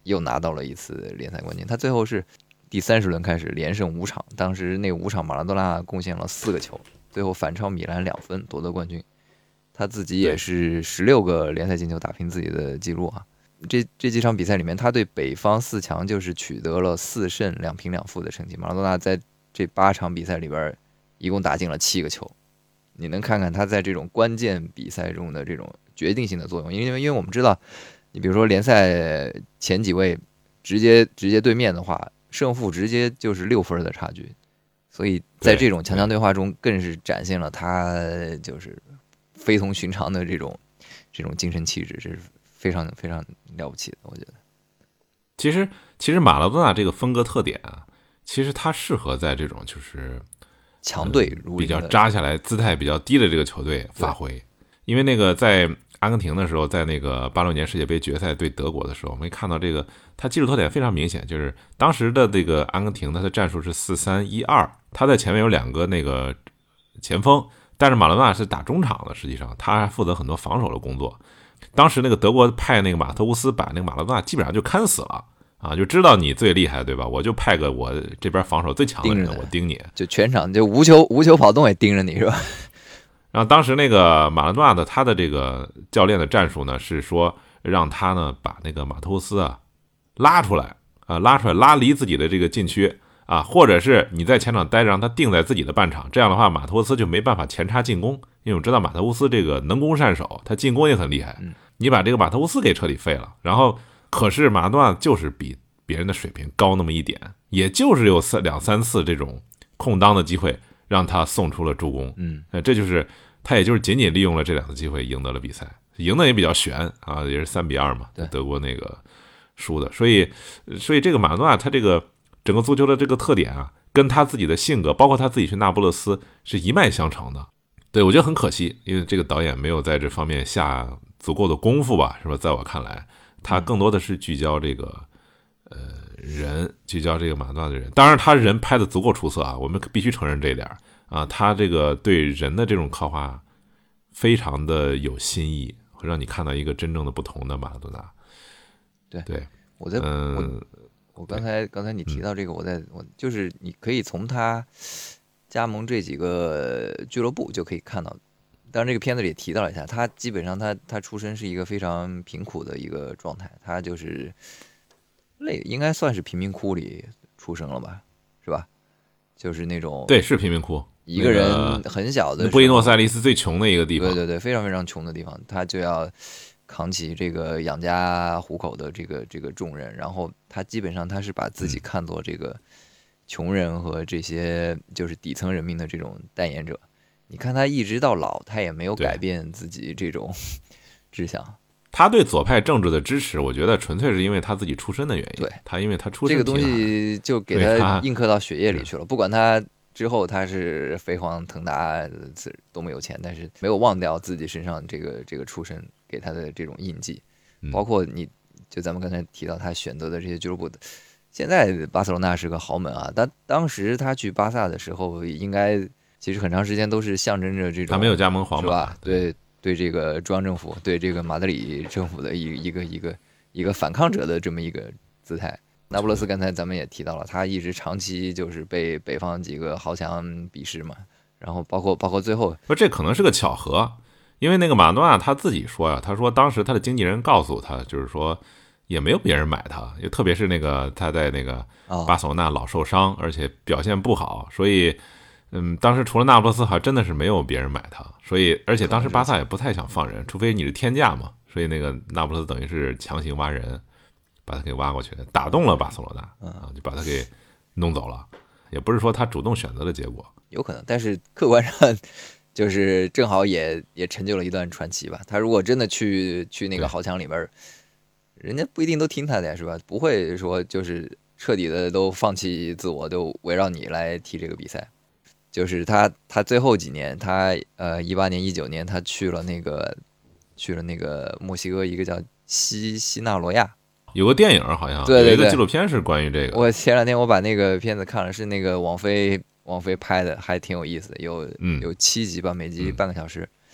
又拿到了一次联赛冠军。他最后是第三十轮开始连胜五场，当时那五场马拉多纳贡献了四个球，最后反超米兰两分夺得冠军。他自己也是十六个联赛进球打平自己的记录啊。这这几场比赛里面，他对北方四强就是取得了四胜两平两负的成绩。马拉多纳在这八场比赛里边，一共打进了七个球。你能看看他在这种关键比赛中的这种决定性的作用，因为因为我们知道，你比如说联赛前几位直接直接对面的话，胜负直接就是六分的差距，所以在这种强强对话中，更是展现了他就是非同寻常的这种这种精神气质，这是非常非常了不起的，我觉得。 其实，其实马拉多纳这个风格特点啊，其实他适合在这种就是强队、 嗯、比较扎下来、姿态比较低的这个球队发挥。因为那个在阿根廷的时候，在那个八六年世界杯决赛对德国的时候，我们看到这个他技术特点非常明显，就是当时的这个阿根廷他的战术是四三一二，他在前面有两个那个前锋，但是马拉多纳是打中场的，实际上他还负责很多防守的工作。当时那个德国派那个马特乌斯把那个马拉多纳基本上就看死了啊，就知道你最厉害对吧？我就派个我这边防守最强的人，我盯你， 就全场就无球无球跑动也盯着你是吧？ 然后当时那个马拉多纳的他的这个教练的战术呢，是说让他呢把那个马特乌斯啊拉出来啊，拉出来拉离自己的这个禁区啊，或者是你在前场待着，让他定在自己的半场，这样的话马特乌斯就没办法前插进攻，因为我知道马特乌斯这个能攻善守，他进攻也很厉害。你把这个马特乌斯给彻底废了，然后可是马拉多纳就是比别人的水平高那么一点，也就是有三两三次这种空当的机会，让他送出了助攻。 嗯， 这就是他也就是仅仅利用了这两次机会赢得了比赛，赢的也比较悬啊，也是三比二嘛，德国那个输的。所以，所以这个马拉多纳他这个整个足球的这个特点啊，跟他自己的性格，包括他自己去那不勒斯是一脉相承的。对，我觉得很可惜，因为这个导演没有在这方面下足够的功夫吧，是吧？在我看来，他更多的是聚焦这个呃人，聚焦这个马拉多纳的人。当然，他人拍的足够出色啊，我们必须承认这一点啊。他这个对人的这种刻画非常的有新意，会让你看到一个真正的不同的马拉多纳。 对对， 我在、 嗯、 我我刚才刚才你提到这个，我在我就是你可以从他加盟这几个俱乐部就可以看到。当然，这个片子里也提到了一下，他基本上他他出身是一个非常贫苦的一个状态，他就是类应该算是贫民窟里出生了吧，是吧？就是那种对，是贫民窟， 一个人很小的、那个、 布宜诺斯艾利斯最穷的一个地方， 对对对，非常非常穷的地方，他就要扛起这个养家糊口的这个这个重任，然后他基本上他是把自己看作这个穷人和这些就是底层人民的这种代言者。你看他一直到老，他也没有改变自己这种志向。 他对左派政治的支持，我觉得纯粹是因为他自己出身的原因。 对， 他因为他出身这个东西就给他印刻到血液里去了。不管他之后他是飞黄腾达，多么有钱，但是没有忘掉自己身上这个这个出身给他的这种印记。包括你就咱们刚才提到他选择的这些俱乐部的，现在巴塞罗那是个豪门啊，但当时他去巴萨的时候，应该。其实很长时间都是象征着这种， 他没有加盟皇马， 是吧？对对，这个中央政府，对这个马德里政府的一一个一个一个反抗者的这么一个姿态。那不勒斯刚才咱们也提到了，他一直长期就是被北方几个豪强鄙视嘛，然后包括包括最后， 不，这可能是个巧合，因为那个马拉多纳他自己说呀、啊，他说当时他的经纪人告诉他，就是说也没有别人买他，特别是那个他在那个巴塞罗那老受伤，而且表现不好，所以。嗯，当时除了那不勒斯，还真的是没有别人买他，所以而且当时巴萨也不太想放人，除非你是天价嘛，所以那个那不勒斯等于是强行挖人，把他给挖过去，打动了巴塞罗那啊，就把他给弄走了，也不是说他主动选择的结果， 有可能，但是客观上就是正好也也成就了一段传奇吧。他如果真的去去那个豪强里边，人家不一定都听他的，是吧？不会说就是彻底的都放弃自我，都围绕你来踢这个比赛。就是他，他最后几年，他呃，一八年、一九年，他去了那个，去了那个墨西哥一个叫西西纳罗亚， 有个电影好像， 对对对， 有一个纪录片是关于这个。 我前两天我把那个片子看了，是那个王菲王菲拍的，还挺有意思的，有有七集吧，每集半个小时。嗯、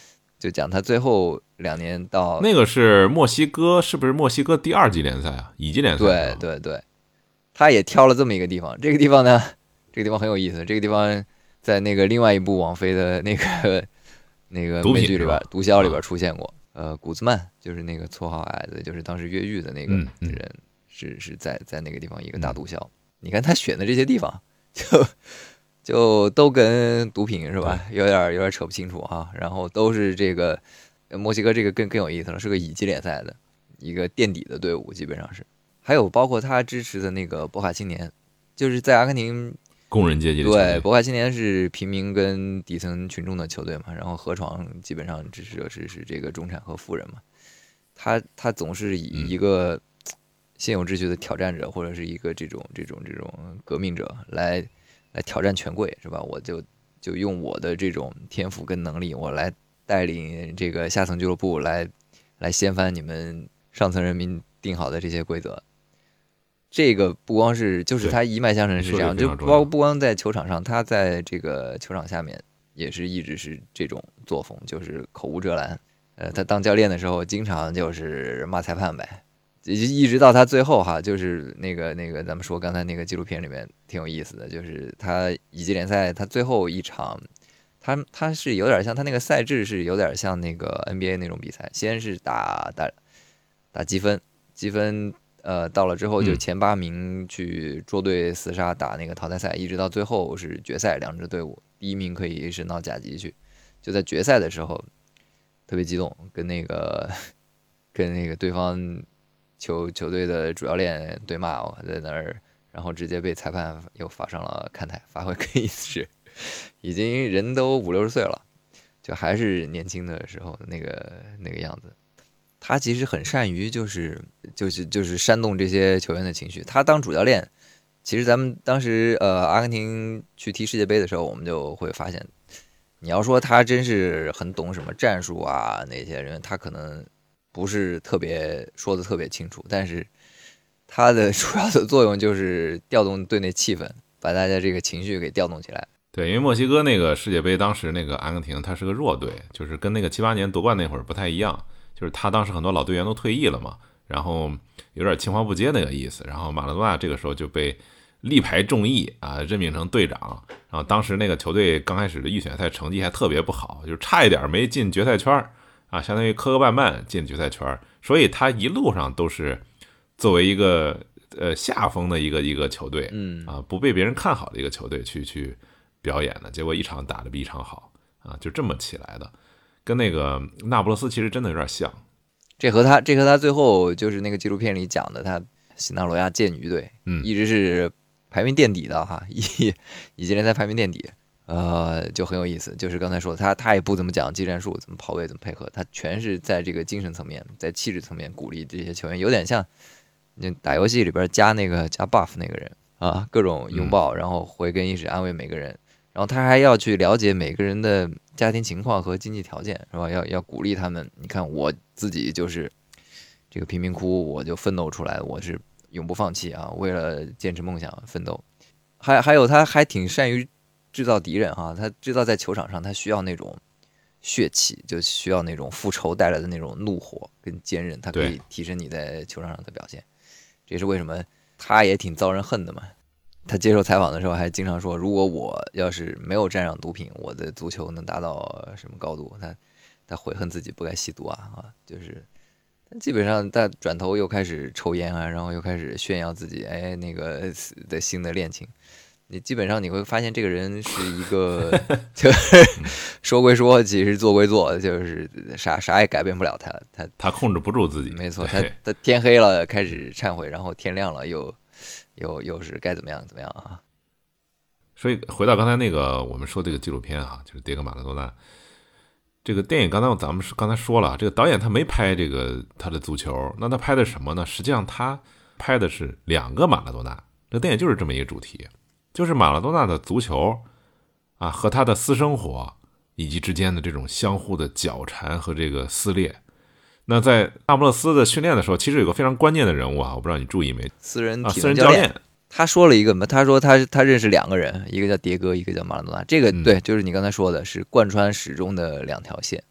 就讲他最后两年到那个是墨西哥，是不是墨西哥第二级联赛啊？乙级联赛。 对对对，他也挑了这么一个地方。这个地方呢，这个地方很有意思。这个地方在那个另外一部网飞的那个那个美剧里边，《毒枭》里边出现过。呃，古兹曼就是那个绰号矮子，就是当时越狱的那个人， 嗯嗯、 是是在在那个地方一个大毒枭。嗯、你看他选的这些地方，就就都跟毒品是吧？有点有点扯不清楚哈。然后都是这个墨西哥这个更更有意思了，是个乙级联赛的一个垫底的队伍，基本上是。还有包括他支持的那个博卡青年，就是在阿根廷。 工人阶级的球队。 对，博卡青年是平民跟底层群众的球队嘛，然后河床基本上支持者是是这个中产和富人嘛。他他总是以一个现有秩序的挑战者，或者是一个这种这种这种革命者来来挑战权贵，是吧？我就就用我的这种天赋跟能力，我来带领这个下层俱乐部来来掀翻你们上层人民定好的这些规则。这个不光是就是他一脉相承是这样，就包不光在球场上，他在这个球场下面也是一直是这种作风，就是口无遮拦。呃，他当教练的时候，经常就是骂裁判呗，一直到他最后哈，就是那个那个咱们说刚才那个纪录片里面挺有意思的，就是他乙级联赛他最后一场，他他是有点像他那个赛制是有点像那个 N B A 那种比赛，先是打打打积分，积分。呃，到了之后就前八名去捉对厮杀打那个淘汰赛，嗯、一直到最后是决赛，两支队伍第一名可以升到甲级去。就在决赛的时候，特别激动，跟那个跟那个对方球球队的主教练对骂，我在那儿，然后直接被裁判又罚上了看台，罚回更衣室。已经人都五六十岁了，就还是年轻的时候那个那个样子。他其实很善于就是就是就是煽动这些球员的情绪。他当主教练，其实咱们当时呃阿根廷去踢世界杯的时候，我们就会发现，你要说他真是很懂什么战术啊那些人，他可能不是特别说的特别清楚，但是他的主要的作用就是调动队内气氛，把大家这个情绪给调动起来。 对，因为墨西哥那个世界杯当时那个阿根廷他是个弱队，就是跟那个七八年夺冠那会儿不太一样。就是他当时很多老队员都退役了嘛，然后有点青黄不接那个意思，然后马拉多纳这个时候就被力排众议啊，任命成队长。然后当时那个球队刚开始的预选赛成绩还特别不好，就是差一点没进决赛圈啊，相当于磕磕绊绊进决赛圈，所以他一路上都是作为一个呃下风的一个一个球队， 嗯啊，不被别人看好的一个球队去去表演的，结果一场打得比一场好啊，就这么起来的。跟那个那不勒斯其实真的有点像， 这和他这和他最后就是那个纪录片里讲的，他西纳罗亚剑鱼队， 嗯， 一直是排名垫底的哈，乙乙级联赛排名垫底，呃，就很有意思。就是刚才说他他也不怎么讲技战术，怎么跑位，怎么配合，他全是在这个精神层面，在气质层面鼓励这些球员，有点像你打游戏里边加那个加 buff 那个人啊，各种拥抱，然后回更衣室安慰每个人。然后他还要去了解每个人的家庭情况和经济条件，是吧？要要鼓励他们。你看我自己就是这个贫民窟，我就奋斗出来，我是永不放弃啊！为了坚持梦想奋斗。还还有他还挺善于制造敌人哈，他制造在球场上，他需要那种血气，就需要那种复仇带来的那种怒火跟坚韧，他可以提升你在球场上的表现。这也是为什么他也挺遭人恨的嘛。他接受采访的时候还经常说，如果我要是没有沾上毒品，我的足球能达到什么高度？他他悔恨自己不该吸毒啊啊！就是基本上他转头又开始抽烟啊，然后又开始炫耀自己哎那个的新的恋情。你基本上你会发现这个人是一个就是说归说，其实做归做，就是啥啥也改变不了他。他他控制不住自己， 没错，他他天黑了开始忏悔，然后天亮了又。又又是该怎么样怎么样啊？ 所以回到刚才那个我们说这个纪录片啊，就是迭戈马拉多纳这个电影。刚才咱们刚才说了，这个导演他没拍这个他的足球，那他拍的什么呢？实际上他拍的是两个马拉多纳。这个电影就是这么一个主题，就是马拉多纳的足球啊和他的私生活以及之间的这种相互的纠缠和这个撕裂。那在那不勒斯的训练的时候，其实有个非常关键的人物啊，我不知道你注意没？ 私人啊， 体私人教练。 他说了一个，他说他他认识两个人，一个叫迭戈，一个叫马拉多纳。这个、 嗯、 对，就是你刚才说的，是贯穿始终的两条线。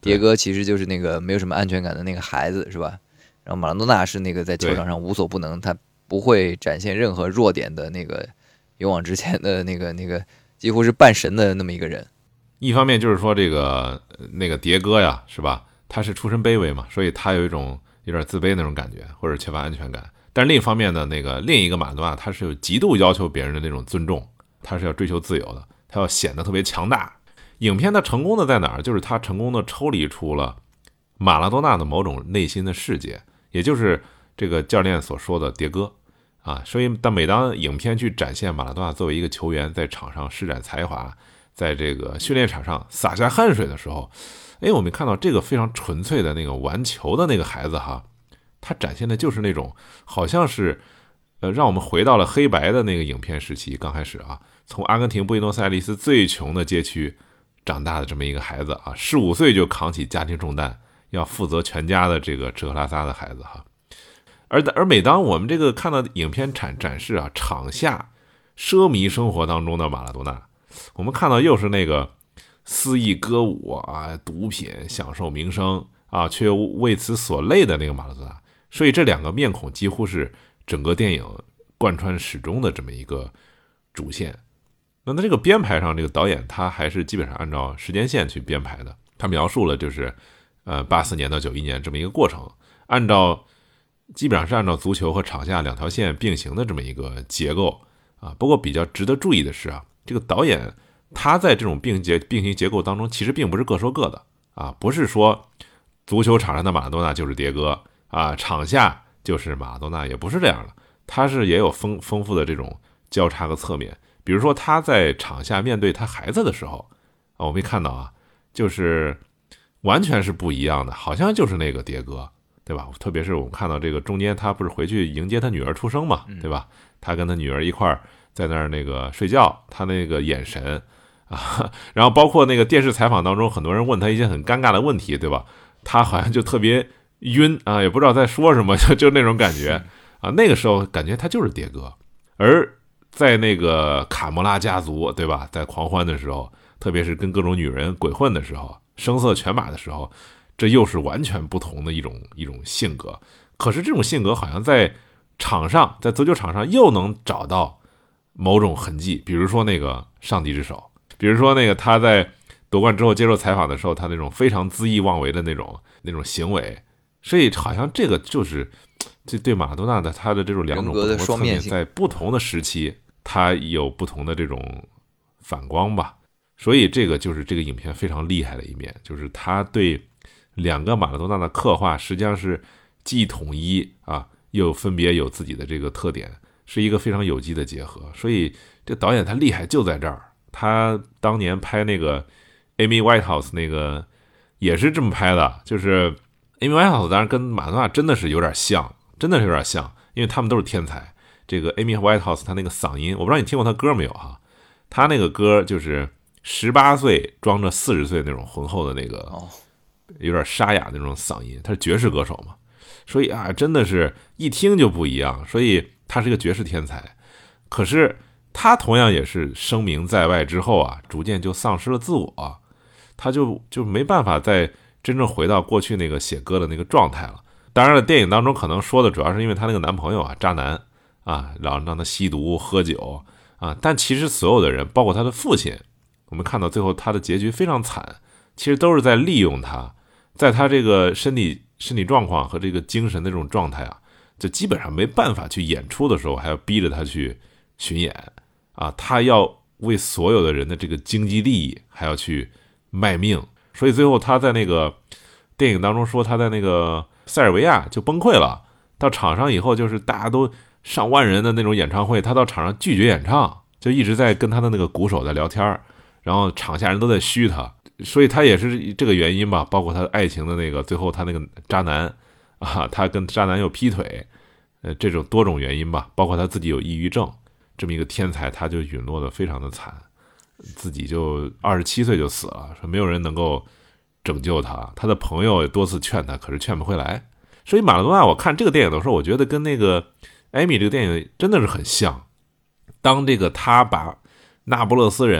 迭戈其实就是那个没有什么安全感的那个孩子，是吧？然后马拉多纳是那个在球场上无所不能，他不会展现任何弱点的那个勇往直前的那个那个几乎是半神的那么一个人。 一方面就是说这个那个迭戈呀，是吧？他是出身卑微嘛，所以他有一种有点自卑那种感觉，或者缺乏安全感。但是另一方面呢，那个另一个马拉多纳他是有极度要求别人的那种尊重，他是要追求自由的，他要显得特别强大。影片它成功的在哪儿？就是它成功的抽离出了马拉多纳的某种内心的世界，也就是这个教练所说的迭戈啊。所以当每当影片去展现马拉多纳作为一个球员在场上施展才华，在这个训练场上洒下汗水的时候，哎，我们看到这个非常纯粹的那个玩球的那个孩子哈，他展现的就是那种好像是呃，让我们回到了黑白的那个影片时期。刚开始啊，从阿根廷布宜诺斯艾利斯最穷的街区长大的这么一个孩子啊，十五岁就扛起家庭重担，要负责全家的这个吃喝拉撒的孩子哈。而而每当我们这个看到影片展展示啊，场下奢靡生活当中的马拉多纳，我们看到又是那个肆意歌舞啊、毒品、享受名声啊，却为此所累的那个马拉多纳。所以这两个面孔几乎是整个电影贯穿始终的这么一个主线。那在这个编排上，这个导演他还是基本上按照时间线去编排的。他描述了就是呃八四年到九一年这么一个过程，按照基本上是按照足球和场下两条线并行的这么一个结构啊。不过比较值得注意的是啊，这个导演他在这种并结并行结构当中，其实并不是各说各的啊，不是说足球场上的马拉多纳就是迭戈啊，场下就是马拉多纳，也不是这样的。他是也有丰丰富的这种交叉和侧面。比如说他在场下面对他孩子的时候啊，我没看到啊，就是完全是不一样的，好像就是那个迭戈，对吧？特别是我们看到这个中间他不是回去迎接他女儿出生嘛，对吧？他跟他女儿一块儿在那儿那个睡觉，他那个眼神啊，然后包括那个电视采访当中，很多人问他一些很尴尬的问题，对吧？他好像就特别晕啊，也不知道在说什么，就就那种感觉啊。那个时候感觉他就是迭戈。而在那个卡莫拉家族，对吧？在狂欢的时候，特别是跟各种女人鬼混的时候，声色犬马的时候，这又是完全不同的一种一种性格。可是这种性格好像在场上，在足球场上又能找到某种痕迹，比如说那个上帝之手，比如说那个他在夺冠之后接受采访的时候，他那种非常恣意妄为的那种那种行为。所以好像这个就是这对马拉多纳的他的这种两种不同的侧面，在不同的时期他有不同的这种反光吧。所以这个就是这个影片非常厉害的一面，就是他对两个马拉多纳的刻画实际上是既统一啊，又分别有自己的这个特点，是一个非常有机的结合。所以这导演他厉害就在这儿。他当年拍那个 Amy Whitehouse 那个也是这么拍的，就是 Amy Whitehouse 当然跟马拉多纳真的是有点像，真的是有点像，因为他们都是天才。这个 Amy Whitehouse 他那个嗓音，我不知道你听过他歌没有哈？他那个歌就是十八岁装着四十岁那种浑厚的那个有点沙哑的那种嗓音，他是爵士歌手嘛，所以啊真的是一听就不一样，所以他是个爵士天才。可是他同样也是声名在外之后啊，逐渐就丧失了自我，他就就没办法再真正回到过去那个写歌的那个状态了。当然了，电影当中可能说的主要是因为他那个男朋友啊渣男啊，然后让他吸毒喝酒啊，但其实所有的人，包括他的父亲，我们看到最后他的结局非常惨，其实都是在利用他，在他这个身体身体状况和这个精神的这种状态啊，就基本上没办法去演出的时候，还要逼着他去巡演啊，他要为所有的人的这个经济利益还要去卖命，所以最后他在那个电影当中说他在那个塞尔维亚就崩溃了，到场上以后就是大家都上万人的那种演唱会，他到场上拒绝演唱，就一直在跟他的那个鼓手在聊天，然后场下人都在嘘他，所以他也是这个原因吧，包括他的爱情的那个最后他那个渣男啊，他跟渣男又劈腿，呃，这种多种原因吧，包括他自己有抑郁症，这么一个天才他就陨落得非常的惨，自己就二十七岁就死了，说没有人能够拯救他，他的朋友也多次劝他，可是劝不回来。所以马拉多纳我看这个电影的时候，我觉得跟那个艾米这个电影真的是很像。当这个他把那不勒斯人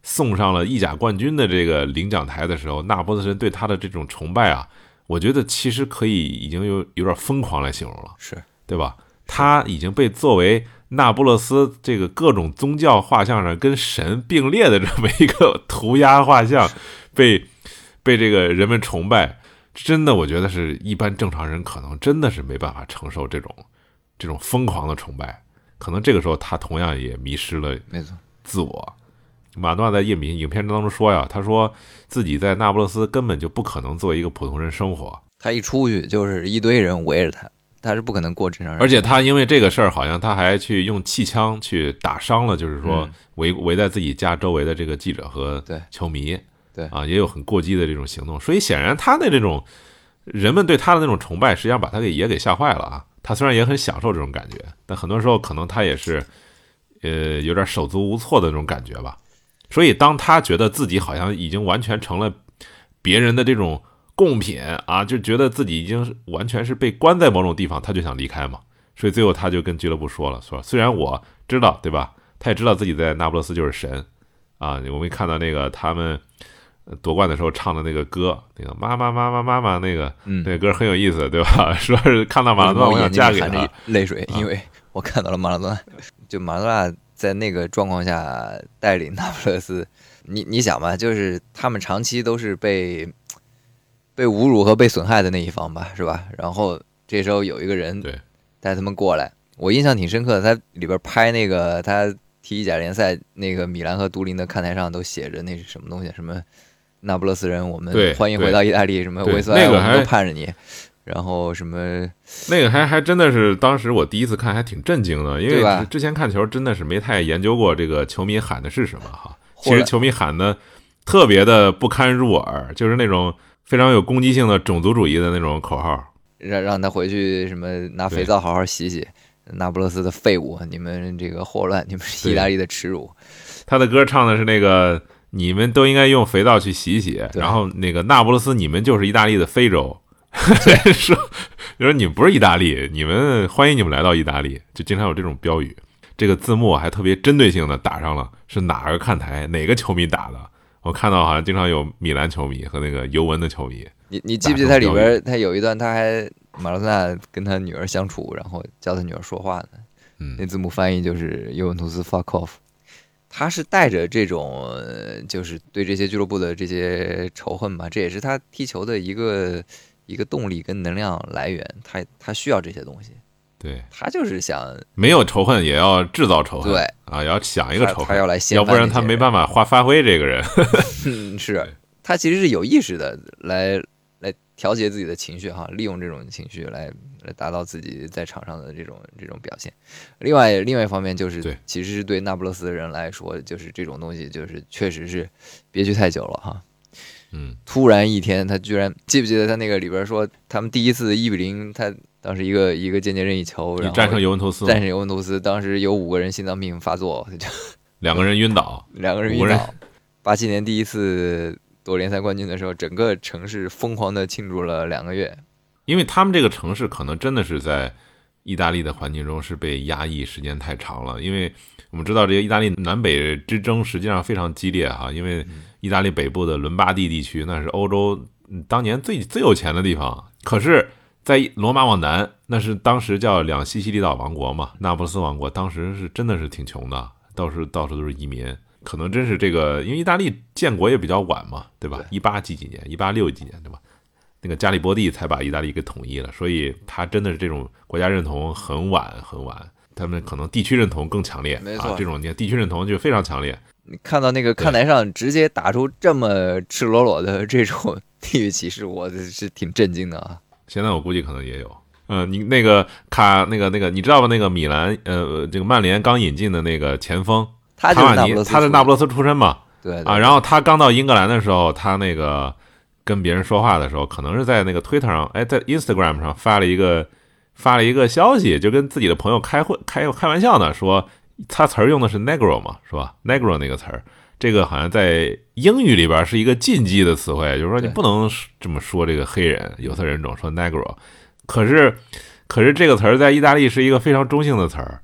送上了意甲冠军的这个领奖台的时候，那不勒斯人对他的这种崇拜啊，我觉得其实可以已经有有点疯狂来形容了， 是对吧？他已经被作为那不勒斯这个各种宗教画像上跟神并列的这么一个涂鸦画像，被被这个人们崇拜，真的我觉得是一般正常人可能真的是没办法承受这种这种疯狂的崇拜，可能这个时候他同样也迷失了自我。马拉多纳在影影片当中说呀，他说自己在那不勒斯根本就不可能作为一个普通人生活， 他一出去就是一堆人围着他，他是不可能过正常人。 而且他因为这个事儿，好像他还去用气枪去打伤了，就是说围围在自己家周围的这个记者和球迷， 对啊，也有很过激的这种行动。所以显然他的这种人们对他的那种崇拜，实际上把他给也给吓坏了啊。他虽然也很享受这种感觉，但很多时候可能他也是呃有点手足无措的那种感觉吧。所以当他觉得自己好像已经完全成了别人的这种贡品啊，就觉得自己已经完全是被关在某种地方，他就想离开嘛。所以最后他就跟俱乐部说了，说虽然我知道，对吧？他也知道自己在那不勒斯就是神啊。我们看到那个他们夺冠的时候唱的那个歌，那个妈妈妈妈妈妈那个，嗯，那个歌很有意思，对吧？说是看到马拉多纳，我想嫁给他， 泪水，因为我看到了马拉多纳，就马拉多纳在那个状况下带领那不勒斯，你你想吧，就是他们长期都是被被侮辱和被损害的那一方吧，是吧？然后这时候有一个人带他们过来，我印象挺深刻的。他里边拍那个他踢意甲联赛，那个米兰和都灵的看台上都写着那是什么东西，什么那不勒斯人，我们欢迎回到意大利，什么维斯埃，我们都盼着你。然后什么那个还还真的是当时我第一次看还挺震惊的，因为之前看球真的是没太研究过这个球迷喊的是什么哈。其实球迷喊的特别的不堪入耳，就是那种非常有攻击性的种族主义的那种口号， 让让他回去什么拿肥皂好好洗洗，那不勒斯的废物，你们这个霍乱，你们是意大利的耻辱。 他的歌唱的是那个你们都应该用肥皂去洗洗，然后那个那不勒斯你们就是意大利的非洲。对，说说你们不是意大利，你们欢迎你们来到意大利，就经常有这种标语。这个字幕还特别针对性的打上了是哪个看台哪个球迷打的，我看到好像经常有米兰球迷和那个尤文的球迷。 你你记不记得他里边他有一段他还马拉多纳跟他女儿相处，然后教他女儿说话呢？嗯，那字幕翻译就是尤文图斯 fuck off。他是带着这种就是对这些俱乐部的这些仇恨吧，这也是他踢球的一个一个动力跟能量来源，他他需要这些东西。 对， 他就是想没有仇恨也要制造仇恨， 对啊，也要想一个仇恨， 他要来掀要不然他没办法发发挥这个人。 嗯，是他其实是有意识的来来调节自己的情绪哈，利用这种情绪来来达到自己在场上的这种这种表现。另外另外一方面就是，其实是对那不勒斯的人来说，就是这种东西就是确实是憋屈太久了哈。 嗯， 突然一天，他居然记不记得他那个里边说，他们第一次一比零，他当时一个一个间接任意球，然后战胜尤文图斯， 战胜尤文图斯，当时有五个人心脏病发作，就两个人晕倒， 两个人晕倒。八七年第一次夺联赛冠军的时候，整个城市疯狂的庆祝了两个月， 因为他们这个城市可能真的是在意大利的环境中是被压抑时间太长了，因为我们知道这个意大利南北之争实际上非常激烈哈，因为意大利北部的伦巴第地区那是欧洲当年最最有钱的地方，可是在罗马往南那是当时叫两西西里岛王国嘛，那不勒斯王国当时是真的是挺穷的，到处到处都是移民，可能真是这个因为意大利建国也比较晚嘛，对吧？一八几几年一八六几年对吧？那个加里波第才把意大利给统一了，所以他真的是这种国家认同很晚很晚，他们可能地区认同更强烈， 没错， 啊，这种地区认同就非常强烈。 你看到那个看台上直接打出这么赤裸裸的这种地域歧视，我是挺震惊的啊。 现在我估计可能也有，嗯、呃，你那个卡那个那个你知道吧？那个米兰呃，这个曼联刚引进的那个前锋他卡瓦尼，他是那不勒斯出身嘛， 对, 对, 对啊，然后他刚到英格兰的时候，他那个跟别人说话的时候，可能是在那个 Twitter 上，哎，在 Instagram 上发了一个发了一个消息，就跟自己的朋友开会开开玩笑呢，说他词儿用的是 Negro 嘛，是吧 ？Negro 那个词儿，这个好像在英语里边是一个禁忌的词汇，就是说你不能这么说这个黑人有色人种，说 Negro。可是可是这个词儿在意大利是一个非常中性的词儿，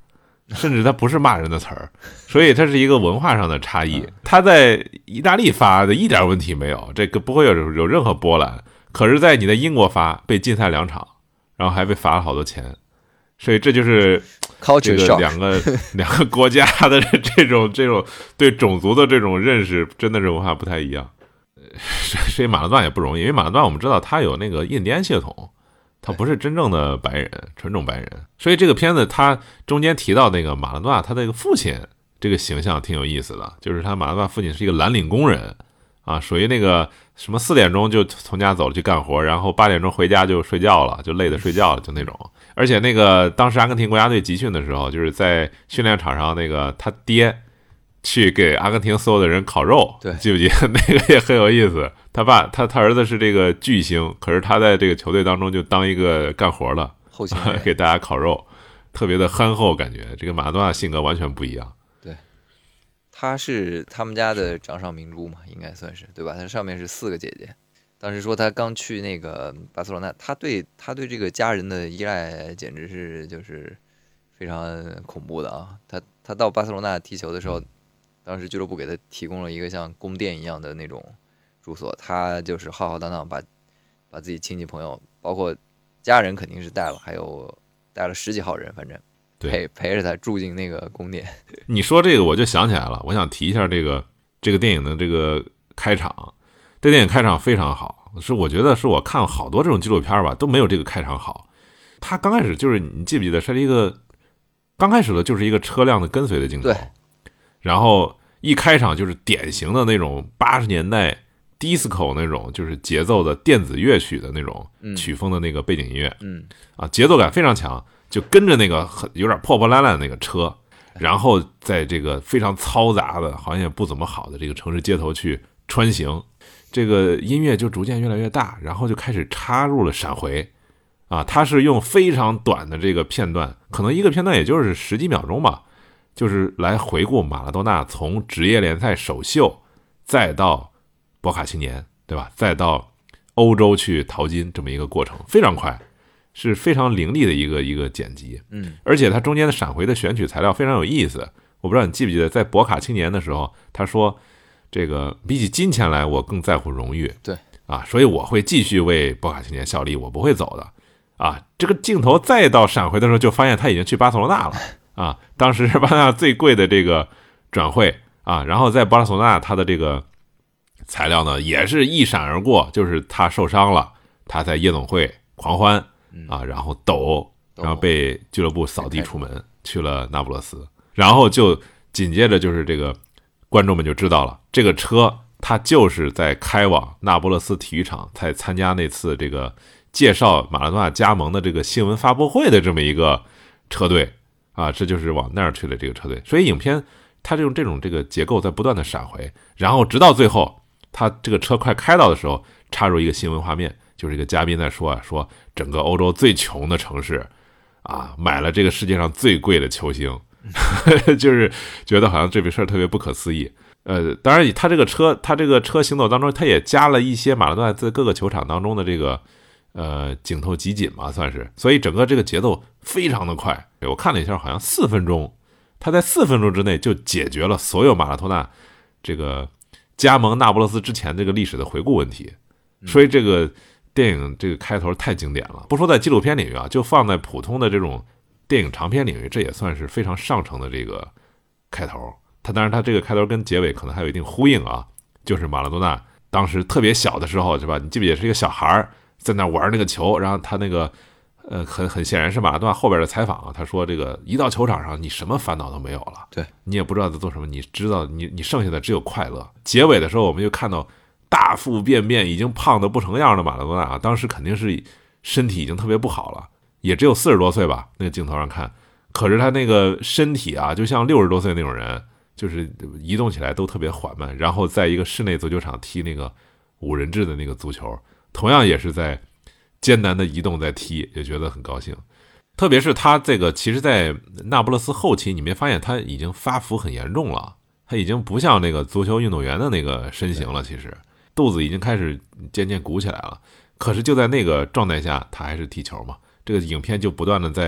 甚至它不是骂人的词儿，所以它是一个文化上的差异。他在意大利发的一点问题没有，这个不会有有任何波澜。可是，在你在英国发被禁赛两场，然后还被罚了好多钱，所以这就是这个两个两个国家的这种这种对种族的这种认识，真的是文化不太一样。所以马拉多纳也不容易，因为马拉多纳我们知道他有那个印第安血统。他不是真正的白人，纯种白人，所以这个片子他中间提到那个马拉多纳他的一个父亲这个形象挺有意思的，就是他马拉多纳父亲是一个蓝领工人啊，属于那个什么四点钟就从家走了去干活，然后八点钟回家就睡觉了，就累得睡觉了，就那种。而且那个当时阿根廷国家队集训的时候，就是在训练场上，那个他爹去给阿根廷所有的人烤肉， 对， 记不记得那个也很有意思。他爸他他儿子是这个巨星，可是他在这个球队当中就当一个干活的后勤给大家烤肉，特别的憨厚，感觉这个马拉多纳性格完全不一样。 对，他是他们家的掌上明珠嘛，应该算是对吧？他上面是四个姐姐。当时说他刚去那个巴塞罗那，他对他对这个家人的依赖简直是就是非常恐怖的啊！他他到巴塞罗那踢球的时候，当时俱乐部给他提供了一个像宫殿一样的那种住所，他就是浩浩荡荡把把自己亲戚朋友，包括家人肯定是带了，还有带了十几号人，反正陪陪着他住进那个宫殿。 你说这个我就想起来了，我想提一下这个这个电影的这个开场。这电影开场非常好，是我觉得是我看好多这种纪录片吧都没有这个开场好。他刚开始就是你记不记得是一个刚开始的就是一个车辆的跟随的镜头， 对， 然后一开场就是典型的那种八十年代 disco 那种就是节奏的电子乐曲的那种曲风的那个背景音乐， 嗯啊，节奏感非常强，就跟着那个很有点破破烂烂的那个车，然后在这个非常嘈杂的好像也不怎么好的这个城市街头去穿行。这个音乐就逐渐越来越大，然后就开始插入了闪回，啊，它是用非常短的这个片段，可能一个片段也就是十几秒钟吧，就是来回顾马拉多纳从职业联赛首秀，再到博卡青年，对吧？再到欧洲去淘金这么一个过程，非常快，是非常凌厉的一个一个剪辑， 嗯， 而且它中间的闪回的选取材料非常有意思。我不知道你记不记得，在博卡青年的时候，他说。这个比起金钱来，我更在乎荣誉。 对啊，所以我会继续为博卡青年效力，我不会走的。啊，这个镜头再到闪回的时候，就发现他已经去巴塞罗那了。啊，当时是巴塞罗那最贵的这个转会啊，然后在巴塞罗那他的这个材料呢，也是一闪而过，就是他受伤了，他在夜总会狂欢啊，然后抖，然后被俱乐部扫地出门，去了那不勒斯，然后就紧接着就是这个。观众们就知道了，这个车它就是在开往那不勒斯体育场，在参加那次这个介绍马拉多纳加盟的这个新闻发布会的这么一个车队啊，这就是往那儿去的这个车队。所以影片它这种这种这个结构在不断的闪回，然后直到最后，它这个车快开到的时候，插入一个新闻画面，就是一个嘉宾在说啊，说整个欧洲最穷的城市啊，买了这个世界上最贵的球星。就是觉得好像这笔事儿特别不可思议。呃，当然，他这个车，他这个车行走当中，他也加了一些马拉多纳在各个球场当中的这个呃镜头集锦嘛，算是。所以整个这个节奏非常的快。我看了一下，好像四分钟，他在四分钟之内就解决了所有马拉多纳这个加盟那不勒斯之前这个历史的回顾问题。所以这个电影这个开头太经典了。不说在纪录片领域啊，就放在普通的这种。电影长片领域，这也算是非常上乘的这个开头。他当然，他这个开头跟结尾可能还有一定呼应啊，就是马拉多纳当时特别小的时候，是吧？你记不记得是一个小孩在那玩那个球，然后他那个呃，很很显然是马拉多纳后边的采访啊，他说这个一到球场上，你什么烦恼都没有了， 对你也不知道在做什么，你知道你你剩下的只有快乐。结尾的时候，我们就看到大腹便便、已经胖得不成样的马拉多纳啊，当时肯定是身体已经特别不好了。也只有四十多岁吧，那个镜头上看，可是他那个身体啊，就像六十多岁那种人，就是移动起来都特别缓慢。然后在一个室内足球场踢那个五人制的那个足球，同样也是在艰难的移动在踢，也觉得很高兴。特别是他这个，其实，在那不勒斯后期，你没发现他已经发福很严重了，他已经不像那个足球运动员的那个身形了，其实肚子已经开始渐渐鼓起来了。可是就在那个状态下，他还是踢球嘛。这个影片就不断的在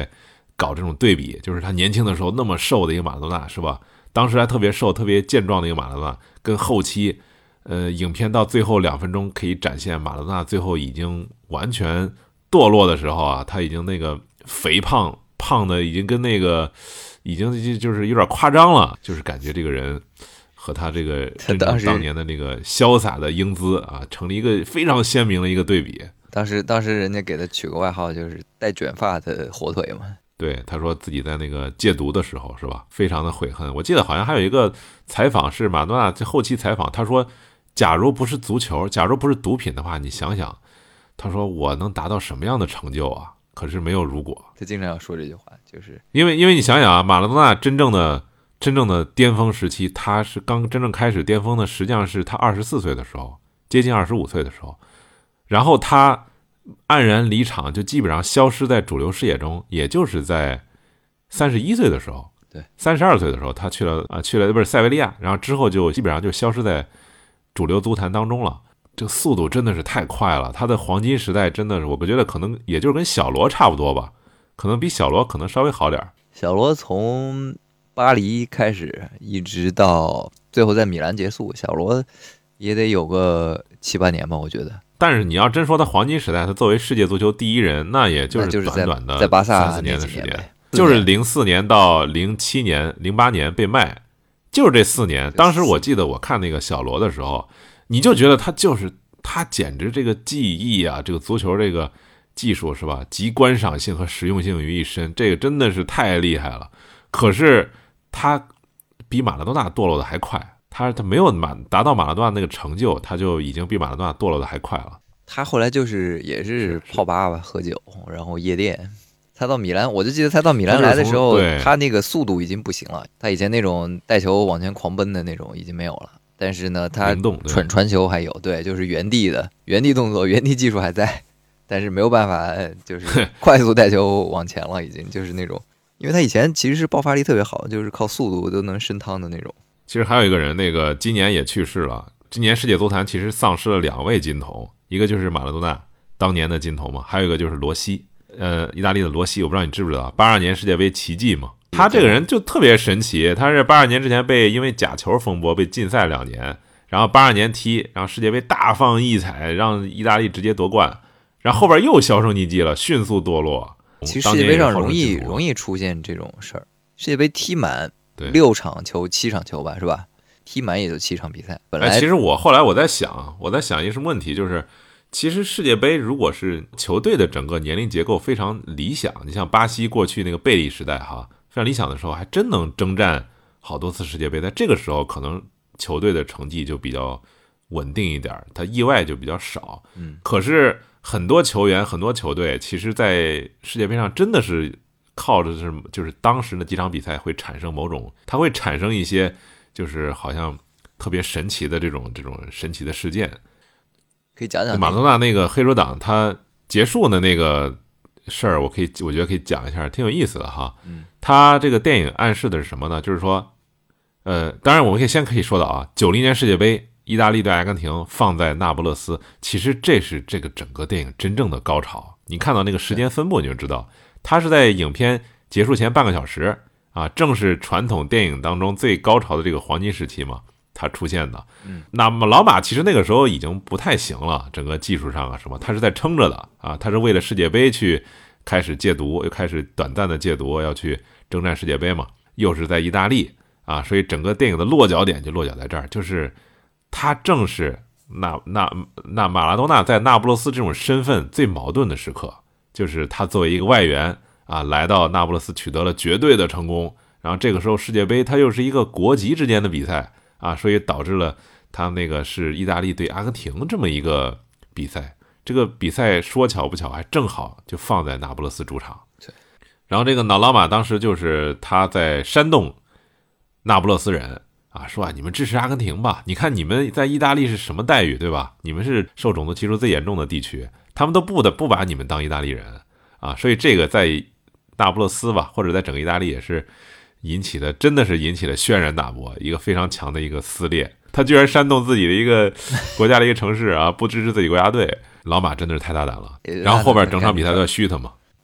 搞这种对比，就是他年轻的时候那么瘦的一个马拉多纳是吧？当时还特别瘦、特别健壮的一个马拉多纳，跟后期，呃，影片到最后两分钟可以展现马拉多纳最后已经完全堕落的时候啊，他已经那个肥胖胖的已经跟那个已经就是有点夸张了，就是感觉这个人和他这个真正当年的那个潇洒的英姿啊，成了一个非常鲜明的一个对比。 当时当时人家给他取个外号就是带卷发的火腿嘛。 对，他说自己在那个戒毒的时候是吧，非常的悔恨。我记得好像还有一个采访是马拉多纳在后期采访，他说假如不是足球，假如不是毒品的话，你想想，他说我能达到什么样的成就啊？可是没有如果。 他经常要说这句话，就是因为因为你想想啊，马拉多纳真正的真正的巅峰时期，他是刚真正开始巅峰的，实际上是他二十四岁的时候，接近二十五岁的时候，然后他黯然离场，就基本上消失在主流视野中，也就是在三十一岁的时候， 对， 三十二岁的时候，他去了啊，去了不是塞维利亚，然后之后就基本上就消失在主流足坛当中了。这个速度真的是太快了，他的黄金时代真的是，我觉得可能也就是跟小罗差不多吧，可能比小罗可能稍微好点。 小罗从巴黎开始，一直到最后在米兰结束，小罗也得有个七八年吧，我觉得。 但是你要真说他黄金时代，他作为世界足球第一人，那也就是短短的在巴萨三四年的时间， 就就是零四年到零七年、零八年被卖，就是这四年。当时我记得我看那个小罗的时候，你就觉得他就是他简直这个技艺啊，这个足球这个技术是吧，集观赏性和实用性于一身，这个真的是太厉害了。可是他比马拉多纳堕落的还快。他他没有马达到马拉多纳那个成就，他就已经比马拉多纳堕落的还快了。 他后来就是也是泡吧吧，喝酒，然后夜店。他到米兰，我就记得他到米兰来的时候，他那个速度已经不行了。他以前那种带球往前狂奔的那种已经没有了。但是呢，他传传球还有，对，就是原地的原地动作，原地技术还在，但是没有办法，就是快速带球往前了，已经就是那种，因为他以前其实是爆发力特别好，就是靠速度都能深汤的那种。 其实还有一个人，那个今年也去世了。今年世界足坛其实丧失了两位金童，一个就是马拉多纳当年的金童嘛，还有一个就是罗西，呃，意大利的罗西，我不知道你知不知道，八二年世界杯奇迹嘛。他这个人就特别神奇，他是八二年之前被因为假球风波被禁赛两年，然后八二年踢，然后世界杯大放异彩，让意大利直接夺冠，然后后边又销声匿迹了，迅速堕落。 其实世界杯上容易容易出现这种事儿，世界杯踢满。六场球七场球吧，是吧？踢满也就七场比赛。本来、 哎、其实我后来我在想，我在想一个什么问题，就是其实世界杯如果是球队的整个年龄结构非常理想，你像巴西过去那个贝利时代哈，非常理想的时候，还真能征战好多次世界杯。在这个时候，可能球队的成绩就比较稳定一点，他意外就比较少。 嗯， 可是很多球员、很多球队，其实在世界杯上真的是。靠着是就是当时的几场比赛会产生某种，它会产生一些就是好像特别神奇的这种这种神奇的事件。 可以讲讲马拉多纳那个黑手党他结束的那个事儿，我可以我觉得可以讲一下，挺有意思的哈。 嗯， 他这个电影暗示的是什么呢？就是说，呃，当然我们可以先可以说到啊，九零年世界杯，意大利对阿根廷放在那不勒斯，其实这是这个整个电影真正的高潮。你看到那个时间分布，你就知道。他是在影片结束前半个小时啊，正是传统电影当中最高潮的这个黄金时期嘛，他出现的。 嗯， 那么老马其实那个时候已经不太行了，整个技术上啊什么，他是在撑着的啊，他是为了世界杯去开始戒毒，又开始短暂的戒毒，要去征战世界杯嘛，又是在意大利啊，所以整个电影的落脚点就落脚在这儿，就是他正是那那那马拉多纳在那不勒斯这种身份最矛盾的时刻。就是他作为一个外援啊，来到那不勒斯取得了绝对的成功，然后这个时候世界杯它又是一个国籍之间的比赛啊，所以导致了他那个是意大利对阿根廷这么一个比赛，这个比赛说巧不巧还正好就放在那不勒斯主场。 对， 然后这个老老马当时就是他在煽动那不勒斯人啊，说啊，你们支持阿根廷吧，你看你们在意大利是什么待遇，对吧？你们是受种族歧视最严重的地区。他们都不的不把你们当意大利人啊，所以这个在那不勒斯吧，或者在整个意大利也是引起的，真的是引起了轩然大波，一个非常强的一个撕裂。他居然煽动自己的一个国家的一个城市啊，不支持自己国家队，老马真的是太大胆了。然后后边整场比赛都要嘘他嘛。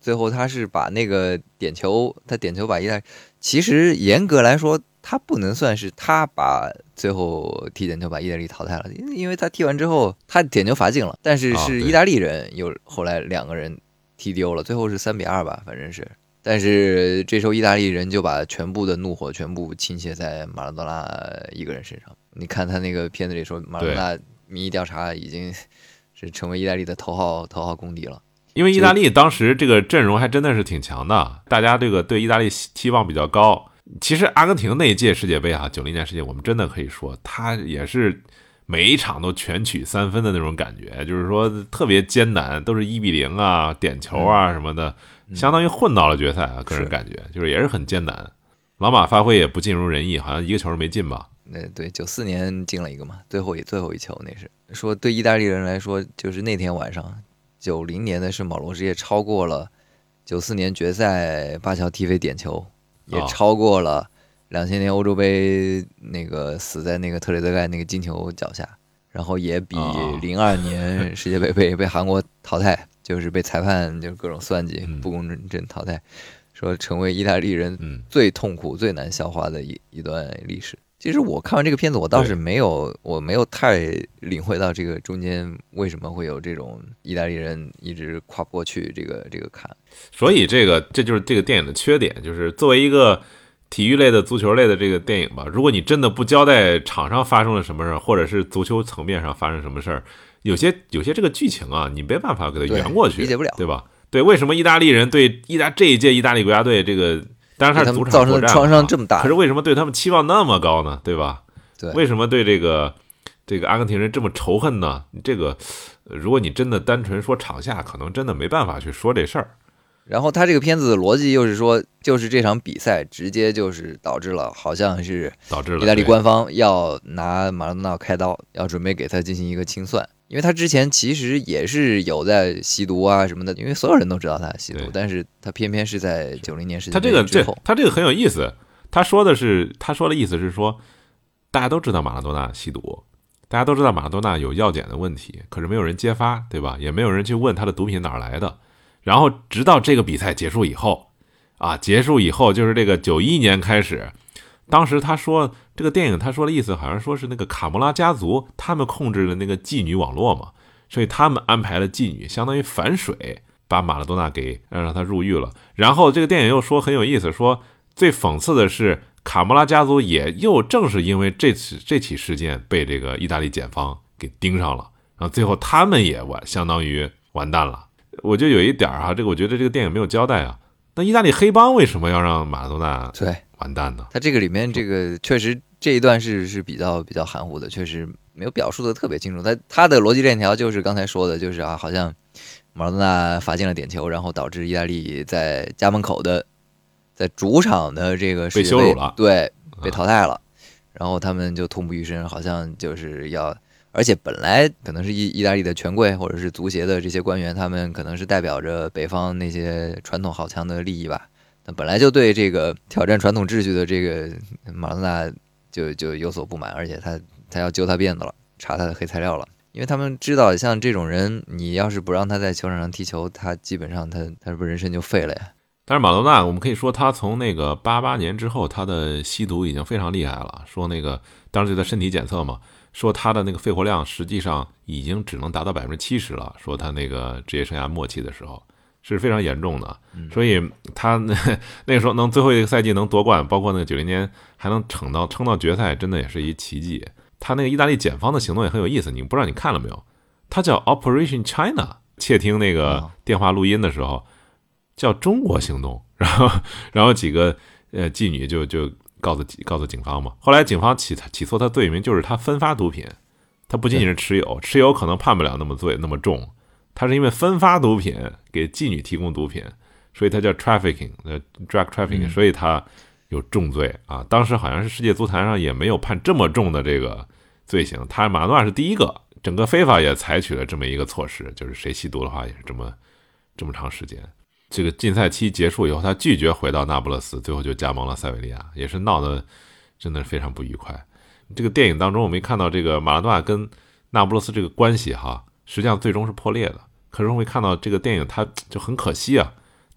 最后他是把那个点球，他点球把意大利，其实严格来说，他不能算是他把最后踢点球把意大利淘汰了，因为他踢完之后他点球罚进了，但是是意大利人有后来两个人踢丢了，最后是三比二吧，反正是。但是这时候意大利人就把全部的怒火全部倾泻在马拉多纳一个人身上。你看他那个片子里说，马拉多纳民意调查已经是成为意大利的头号头号公敌了。 因为意大利当时这个阵容还真的是挺强的，大家这个对意大利期望比较高。其实阿根廷那一届世界杯啊，九零年世界，我们真的可以说，他也是每一场都全取三分的那种感觉，就是说特别艰难，都是一比零啊、点球啊什么的。相当于混到了决赛啊，个人感觉就是也是很艰难。老马发挥也不尽如人意，好像一个球都没进吧？ 对对，九四年进了一个嘛，最后一最后一球那是说对意大利人来说，就是那天晚上，九零年的圣保罗之夜超过了九四年决赛巴乔踢飞点球，也超过了两千年欧洲杯那个死在那个特雷泽盖那个金球脚下，然后也比零二年世界杯被被韩国淘汰。就是被裁判就是各种算计不公正淘汰，说成为意大利人最痛苦最难消化的一一段历史。其实我看完这个片子，我倒是没有我没有太领会到这个中间为什么会有这种意大利人一直跨不过去这个这个坎。 所以这个这就是这个电影的缺点，就是作为一个体育类的足球类的这个电影吧，如果你真的不交代场上发生了什么事儿，或者是足球层面上发生什么事儿，有些有些这个剧情啊，你没办法给它圆过去， 理解不了， 对吧？对，为什么意大利人对意大这一届意大利国家队这个，当然他是主场造成的创伤这么大， 可是为什么对他们期望那么高呢？对吧？ 对， 为什么对这个这个阿根廷人这么仇恨呢？这个，如果你真的单纯说场下，可能真的没办法去说这事儿。 然后他这个片子的逻辑又是说，就是这场比赛直接就是导致了，好像是导致了意大利官方要拿马拉多纳开刀，要准备给他进行一个清算，因为他之前其实也是有在吸毒啊什么的，因为所有人都知道他吸毒，但是他偏偏是在九零年世界杯之后。 他这个这他这个很有意思，他说的是他说的意思是说，大家都知道马拉多纳吸毒，大家都知道马拉多纳有药检的问题，可是没有人揭发，对吧？也没有人去问他的毒品哪儿来的。然后直到这个比赛结束以后，啊，结束以后就是这个九一年开始，当时他说这个电影他说的意思好像说是那个卡穆拉家族他们控制了那个妓女网络嘛，所以他们安排了妓女，相当于反水把马拉多纳给让他入狱了。然后这个电影又说很有意思，说最讽刺的是卡穆拉家族也又正是因为这次这起事件被这个意大利检方给盯上了，然后最后他们也完相当于完蛋了。我就有一点哈，这个我觉得这个电影没有交代啊。那意大利黑帮为什么要让马拉多纳对完蛋呢？ 他这个里面这个确实这一段是是比较比较含糊的，确实没有表述的特别清楚。他他的逻辑链条就是刚才说的，就是啊，好像马拉多纳罚进了点球，然后导致意大利在家门口的在主场的这个世界杯被羞辱了， 对，被淘汰了，啊、然后他们就痛不欲生，好像就是要。而且本来可能是意意大利的权贵或者是足协的这些官员，他们可能是代表着北方那些传统豪强的利益吧。那本来就对这个挑战传统秩序的这个马拉多纳就就有所不满，而且他他要揪他辫子了，查他的黑材料了。因为他们知道，像这种人，你要是不让他在球场上踢球，他基本上他他是不是人生就废了呀？ 但是马拉多纳，我们可以说他从那个八八年之后，他的吸毒已经非常厉害了。说那个当时就在身体检测嘛。说他的那个肺活量实际上已经只能达到百分之七十了。说他那个职业生涯末期的时候是非常严重的，所以他那那个时候能最后一个赛季能夺冠，包括那个九零年还能撑到撑到决赛，真的也是一奇迹。他那个意大利检方的行动也很有意思，你不知道你看了没有？他叫 Operation China， 窃听那个电话录音的时候叫中国行动，然后然后几个呃妓女就就。告诉告诉警方嘛，后来警方起起诉他罪名就是他分发毒品，他不仅仅是持有，持有可能判不了那么罪那么重，他是因为分发毒品给妓女提供毒品，所以他叫 trafficking， 呃 drug trafficking， 所以他有重罪啊。当时好像是世界足坛上也没有判这么重的这个罪行，他马拉多纳是第一个，整个非法也采取了这么一个措施，就是谁吸毒的话也是这么这么长时间。这个禁赛期结束以后，他拒绝回到那不勒斯，最后就加盟了塞维利亚，也是闹得真的非常不愉快。这个电影当中，我们看到这个马拉多纳跟那不勒斯这个关系哈，实际上最终是破裂的。可是我们会看到这个电影，它就很可惜啊，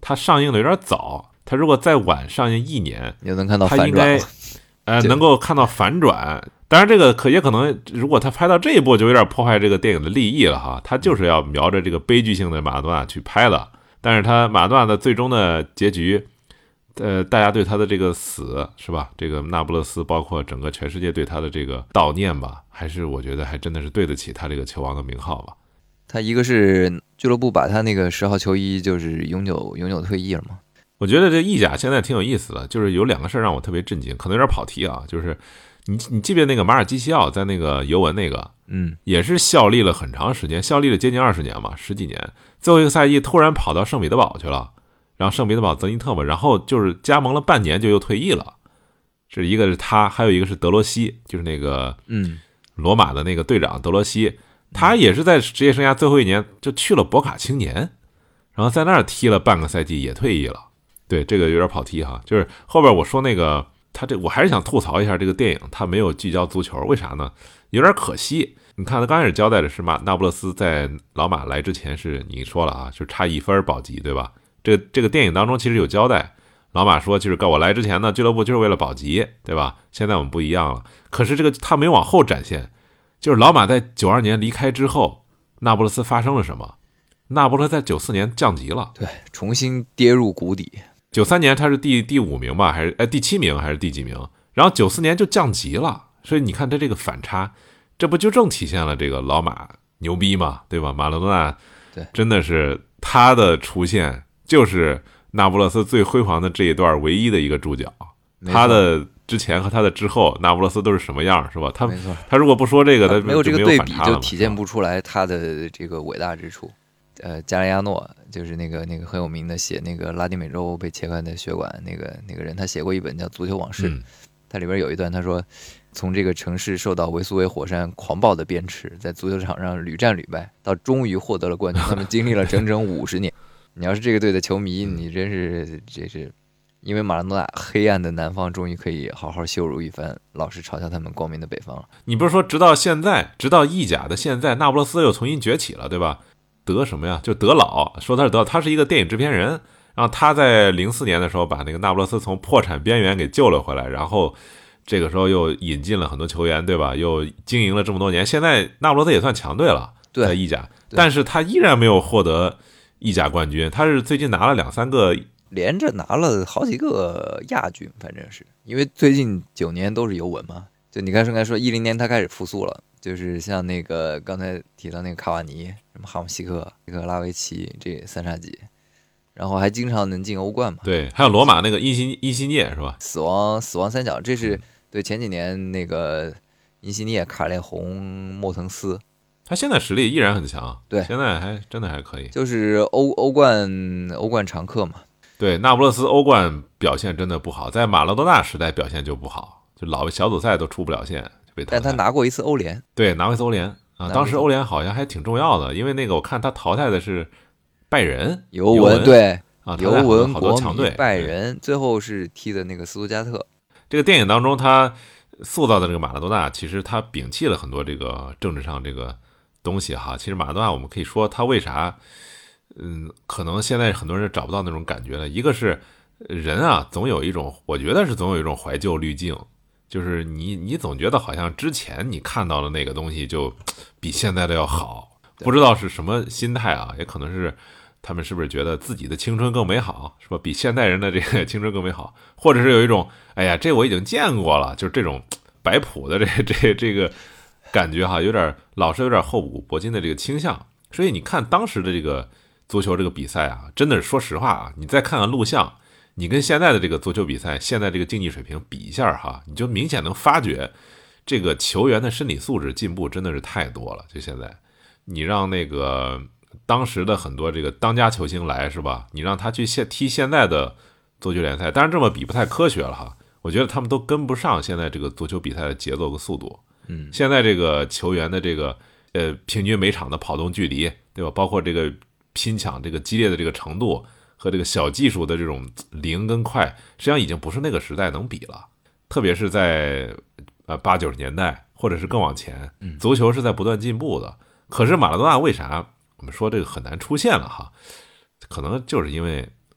它上映的有点早，它如果再晚上映一年， 你就能看到它应反转该呃能够看到反转。当然，这个可也可能，如果他拍到这一步，就有点破坏这个电影的立意了哈。他就是要瞄着这个悲剧性的马拉多纳去拍的，但是他马拉多纳的最终的结局，呃，大家对他的这个死是吧？这个那不勒斯，包括整个全世界对他的这个悼念吧，还是我觉得还真的是对得起他这个球王的名号吧。 他一个是俱乐部把他那个十号球衣就是永久永久退役了嘛。 我觉得这意甲现在挺有意思的，就是有两个事儿让我特别震惊，可能有点跑题啊，就是。你你记不记得那个马尔基西奥在那个尤文那个， 嗯， 也是效力了很长时间，效力了接近二十年嘛，十几年。最后一个赛季突然跑到圣彼得堡去了，然后圣彼得堡泽尼特嘛，然后就是加盟了半年就又退役了。是一个是他，还有一个是德罗西，就是那个嗯罗马的那个队长德罗西，他也是在职业生涯最后一年就去了博卡青年，然后在那儿踢了半个赛季也退役了。对，这个有点跑题哈，就是后边我说那个。他这我还是想吐槽一下这个电影，他没有聚焦足球，为啥呢？有点可惜。你看他刚开始交代的是马那不勒斯在老马来之前是你说了啊，就差一分保级，对吧？这个这个电影当中其实有交代，老马说就是我来之前呢，俱乐部就是为了保级，对吧？现在我们不一样了。可是这个他没往后展现，就是老马在九二年离开之后，那不勒斯发生了什么？那不勒斯在九四年降级了， 对，重新跌入谷底。 九三年他是第第五名吧，还是哎第七名还是第几名？然后九四年就降级了，所以你看他这个反差，这不就正体现了这个老马牛逼嘛，对吧？马拉多纳对， 真的是他的出现就是那不勒斯最辉煌的这一段唯一的一个注脚。他的之前和他的之后，那不勒斯都是什么样，是吧？他他如果不说这个，他没有这个对比， 就体现不出来他的这个伟大之处。呃，加利亚诺就是那个那个很有名的写那个拉丁美洲被切开的血管那个那个人，他写过一本叫《足球往事》， 嗯， 他里边有一段他说，从这个城市受到维苏威火山狂暴的鞭笞，在足球场上屡战屡败，到终于获得了冠军，他们经历了整整五十年。你要是这个队的球迷，你真是这是因为马拉多纳黑暗的南方终于可以好好羞辱一番，老是嘲笑他们光明的北方了。 你不是说直到现在，直到意甲的现在，那不勒斯又重新崛起了，对吧？德什么呀？就德老说他是德，他是一个电影制片人，然后他在零四年的时候把那个那不勒斯从破产边缘给救了回来，然后这个时候又引进了很多球员，对吧？又经营了这么多年，现在那不勒斯也算强队了，在意甲，但是他依然没有获得意甲冠军，他是最近拿了两三个， 连着拿了好几个亚军，反正是因为最近九年都是尤文嘛。就你刚才说一零年他开始复苏了。就是像那个刚才提到那个卡瓦尼，什么哈姆西克、这个拉维奇这三叉戟，然后还经常能进欧冠嘛。 对，还有罗马那个伊西伊西涅是吧？ 死亡死亡三角，这是对前几年那个伊西涅、卡列洪、莫滕斯， 他现在实力依然很强， 对， 现在还真的还可以， 就是欧欧冠欧冠常客嘛。 对，那不勒斯欧冠表现真的不好，在马拉多纳时代表现就不好，就老小组赛都出不了线。 但他拿过一次欧联， 对，拿过一次欧联啊，当时欧联好像还挺重要的，因为那个我看他淘汰的是拜仁、 尤文，对啊， 尤文、 好多强队， 拜仁，最后是踢的那个斯图加特。 这个电影当中，他塑造的这个马拉多纳，其实他摒弃了很多这个政治上这个东西哈。其实马拉多纳，我们可以说他为啥，嗯，可能现在很多人找不到那种感觉了。一个是人啊，总有一种，我觉得是总有一种怀旧滤镜。就是你，你总觉得好像之前你看到的那个东西就比现在的要好，不知道是什么心态啊？也可能是他们是不是觉得自己的青春更美好，是吧？比现代人的这个青春更美好，或者是有一种，哎呀，这我已经见过了，就是这种摆谱的这这这个感觉哈，有点老是有点厚古薄今的这个倾向。所以你看当时的这个足球这个比赛啊，真的是说实话啊，你再看看录像。你跟现在的这个足球比赛，现在这个竞技水平比一下哈，你就明显能发觉，这个球员的身体素质进步真的是太多了。就现在，你让那个当时的很多这个当家球星来是吧？你让他去现踢现在的足球联赛，当然这么比不太科学了哈。我觉得他们都跟不上现在这个足球比赛的节奏和速度。 嗯， 现在这个球员的这个呃平均每场的跑动距离，对吧？包括这个拼抢这个激烈的这个程度。和这个小技术的这种灵跟快，实际上已经不是那个时代能比了。特别是在呃八九十年代，或者是更往前，足球是在不断进步的。可是马拉多纳为啥我们说这个很难出现了哈？可能就是因为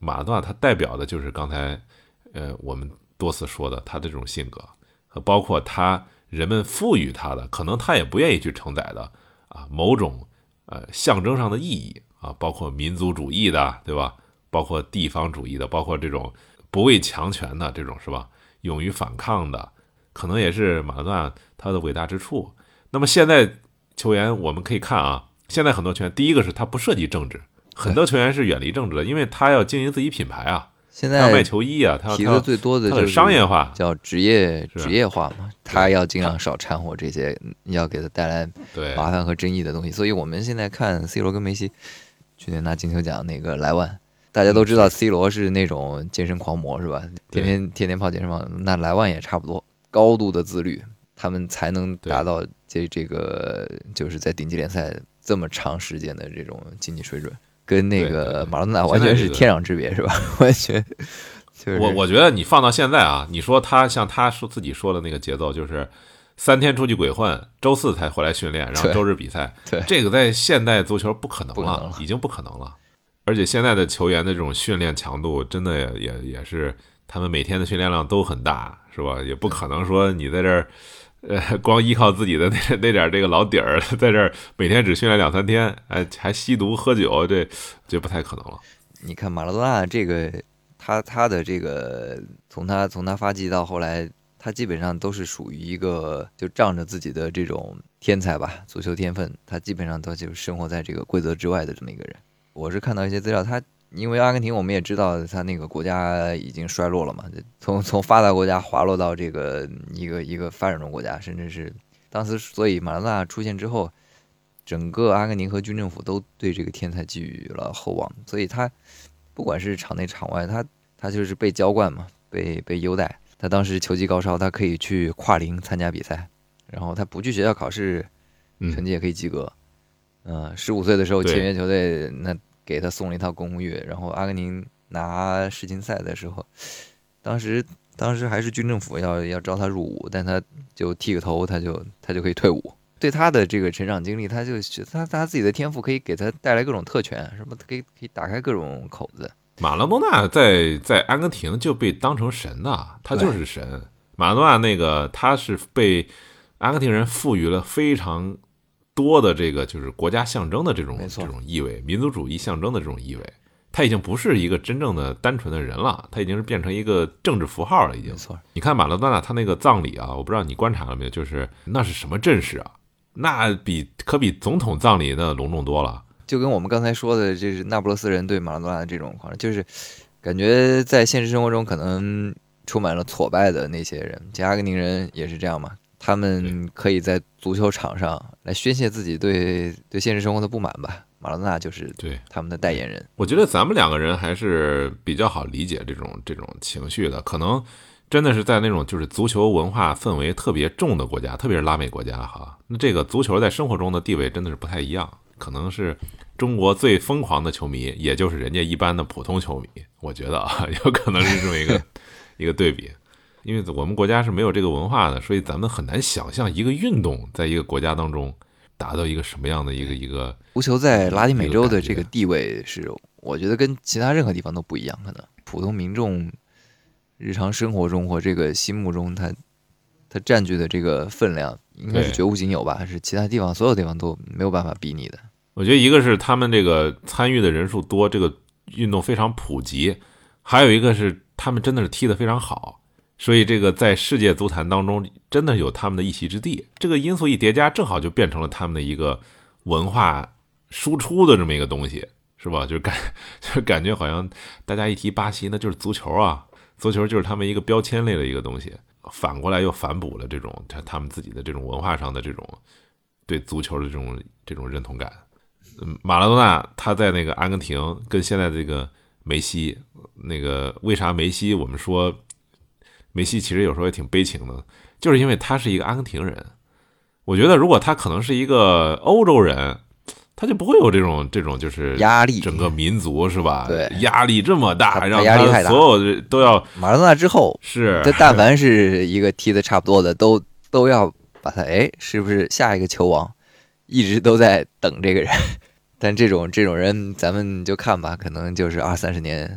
马拉多纳他代表的就是刚才呃我们多次说的他的这种性格，和包括他人们赋予他的，可能他也不愿意去承载的啊某种呃象征上的意义啊，包括民族主义的，对吧？包括地方主义的，包括这种不畏强权的这种，是吧？勇于反抗的，可能也是马拉多纳他的伟大之处。那么现在球员我们可以看啊，现在很多球员，第一个是他不涉及政治，很多球员是远离政治的，因为他要经营自己品牌啊， 现在他要卖球衣啊，他要提的最多的就是商业化， 叫职业职业化嘛，他要尽量少掺和这些要给他带来麻烦和争议的东西。所以我们现在看 C 罗跟梅西去年拿金球奖那个莱万，大家都知道 C 罗是那种健身狂魔是吧？天天天天泡健身房，那莱万也差不多，高度的自律，他们才能达到这这个就是在顶级联赛这么长时间的这种竞技水准，跟那个马拉多纳完全是天壤之别，是吧？完全就是。 我我觉得你放到现在啊，你说他像他说自己说的那个节奏，就是三天出去鬼混，周四才回来训练，然后周日比赛， 对， 这个在现代足球不可能了， 不可能了已经不可能了。而且现在的球员的这种训练强度，真的也也也是，他们每天的训练量都很大，是吧？也不可能说你在这儿，呃，光依靠自己的那那点这个老底儿，在这儿每天只训练两三天，哎，还吸毒喝酒，这这不太可能了。 你看马拉多纳这个，他他的这个，从他从他发迹到后来，他基本上都是属于一个就仗着自己的这种天才吧，足球天分，他基本上都就是生活在这个规则之外的这么一个人。我是看到一些资料，他因为阿根廷我们也知道他那个国家已经衰落了嘛，从从发达国家滑落到这个一个一个发展中国家，甚至是当时，所以马拉多纳出现之后，整个阿根廷和军政府都对这个天才寄予了厚望，所以他不管是场内场外，他他就是被娇惯嘛，被被优待。他当时球技高超，他可以去跨龄参加比赛，然后他不去学校考试，成绩也可以及格。嗯，十五岁的时候签约球队，那给他送了一套公寓。然后阿根廷拿世锦赛的时候，当时当时还是军政府要要招他入伍，但他就剃个头，他就他就可以退伍。对他的这个成长经历，他就他他自己的天赋可以给他带来各种特权，什么可以可以打开各种口子。 马拉多纳在在阿根廷就被当成神呐，他就是神。马拉多纳那个他是被阿根廷人赋予了非常多的这个就是国家象征的这种这种意味，民族主义象征的这种意味。他已经不是一个真正的单纯的人了，他已经是变成一个政治符号了，已经。 没错。 你看马拉多纳他那个葬礼啊，我不知道你观察了没有，就是那是什么阵势啊？那比可比总统葬礼那隆重多了。 就跟我们刚才说的，就是那不勒斯人对马拉多纳的这种狂，就是感觉在现实生活中可能充满了挫败的那些人，其实阿根廷人也是这样嘛，他们可以在足球场上来宣泄自己对对现实生活的不满吧。马拉多纳就是对他们的代言人。 我觉得咱们两个人还是比较好理解这种这种情绪的，可能真的是在那种就是足球文化氛围特别重的国家，特别是拉美国家哈，那这个足球在生活中的地位真的是不太一样。可能是中国最疯狂的球迷，也就是人家一般的普通球迷，我觉得啊，有可能是这么一个一个对比。因为我们国家是没有这个文化的，所以咱们很难想象一个运动在一个国家当中达到一个什么样的一个一个。 足球在拉丁美洲的这个地位是，我觉得跟其他任何地方都不一样。可能普通民众日常生活中或这个心目中，它它占据的这个分量，应该是绝无仅有吧？是其他地方所有地方都没有办法比拟的。 我觉得一个是他们这个参与的人数多，这个运动非常普及，还有一个是他们真的是踢得非常好，所以这个在世界足坛当中真的有他们的一席之地。这个因素一叠加，正好就变成了他们的一个文化输出的这么一个东西，是吧？就感就感觉好像大家一提巴西，那就是足球啊，足球就是他们一个标签类的一个东西。反过来又反哺了这种他他们自己的这种文化上的这种对足球的这种这种认同感。马拉多纳他在那个阿根廷跟现在这个梅西，那个为啥梅西我们说梅西其实有时候也挺悲情的，就是因为他是一个阿根廷人。我觉得如果他可能是一个欧洲人，他就不会有这种这种就是压力， 整个民族是吧？ 对， 压力这么大，让压力太大， 所有都要。 马拉多纳之后是， 这但凡是一个踢得差不多的，都都要把他哎，是不是下一个球王？一直都在等这个人。但这种这种人，咱们就看吧，可能就是二三十年、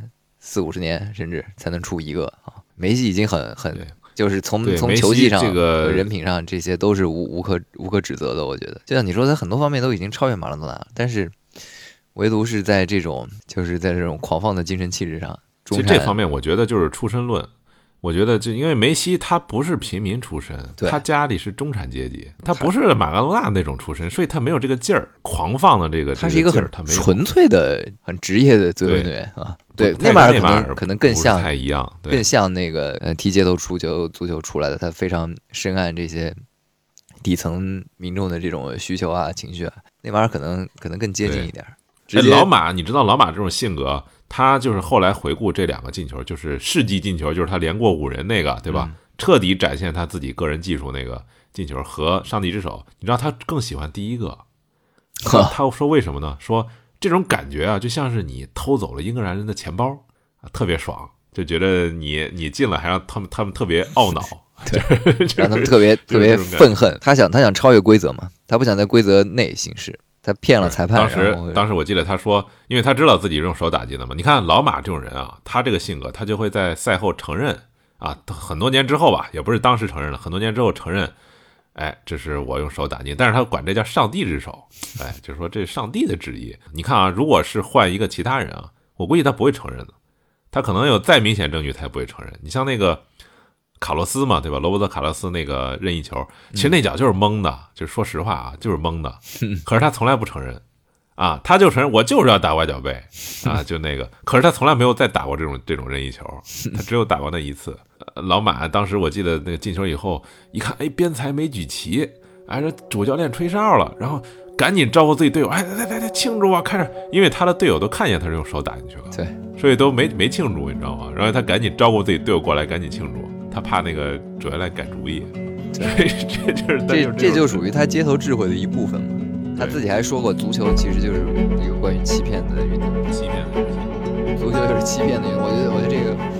四五十年甚至才能出一个啊。梅西已经很很就是从对从球技上、 这个、 人品上这些都是无无可无可指责的。我觉得，就像你说，他很多方面都已经超越马拉多纳了，但是唯独是在这种就是在这种狂放的精神气质上， 其实这方面我觉得就是出身论。我觉得就因为梅西他不是平民出身，他家里是中产阶级，他不是马拉多纳那种出身，所以他没有这个劲儿，狂放的这个。 他是一个很纯粹的、很职业的自由运动员啊。对，内马尔可能可能更像， 不太一样， 更像那个呃踢街头足球足球出来的，他非常深谙这些底层民众的这种需求啊、情绪啊。内马尔可能可能更接近一点。 哎，老马，你知道老马这种性格？他就是后来回顾这两个进球，就是世纪进球，就是他连过五人那个，对吧？嗯、彻底展现他自己个人技术那个进球和上帝之手。你知道他更喜欢第一个，他说为什么呢？说这种感觉啊，就像是你偷走了英格兰人的钱包，特别爽，就觉得你你进了还让他们他们特别懊恼， 对，让他们特别特别愤恨。他想他想超越规则嘛，他不想在规则内行事。他骗了裁判。 当时，当时我记得他说，因为他知道自己用手打进的嘛。你看老马这种人啊，他这个性格，他就会在赛后承认啊，很多年之后吧，也不是当时承认了，很多年之后承认，哎，这是我用手打进，但是他管这叫上帝之手，哎，就是说这是上帝的旨意。你看啊，如果是换一个其他人啊，我估计他不会承认的，他可能有再明显证据，他也不会承认。你像那个卡洛斯嘛，对吧？罗伯特卡洛斯那个任意球，其实那脚就是蒙的，嗯、就是说实话啊，就是蒙的。可是他从来不承认，啊，他就承认我就是要打外脚背啊，就那个。可是他从来没有再打过这种这种任意球，他只有打过那一次。老马当时我记得那个进球以后，一看，哎，边裁没举旗，哎，这主教练吹哨了，然后赶紧招呼自己队友，哎，来来来庆祝啊，开始，因为他的队友都看见他是用手打进去了， 对， 所以都没没庆祝，你知道吗？然后他赶紧招呼自己队友过来，赶紧庆祝。他怕那个主教练改主意，所以这就是这这就属于他街头智慧的一部分嘛。他自己还说过，足球其实就是一个关于欺骗的运动， 欺骗的运动， 足球就是欺骗的运动。我觉得，我觉得这个。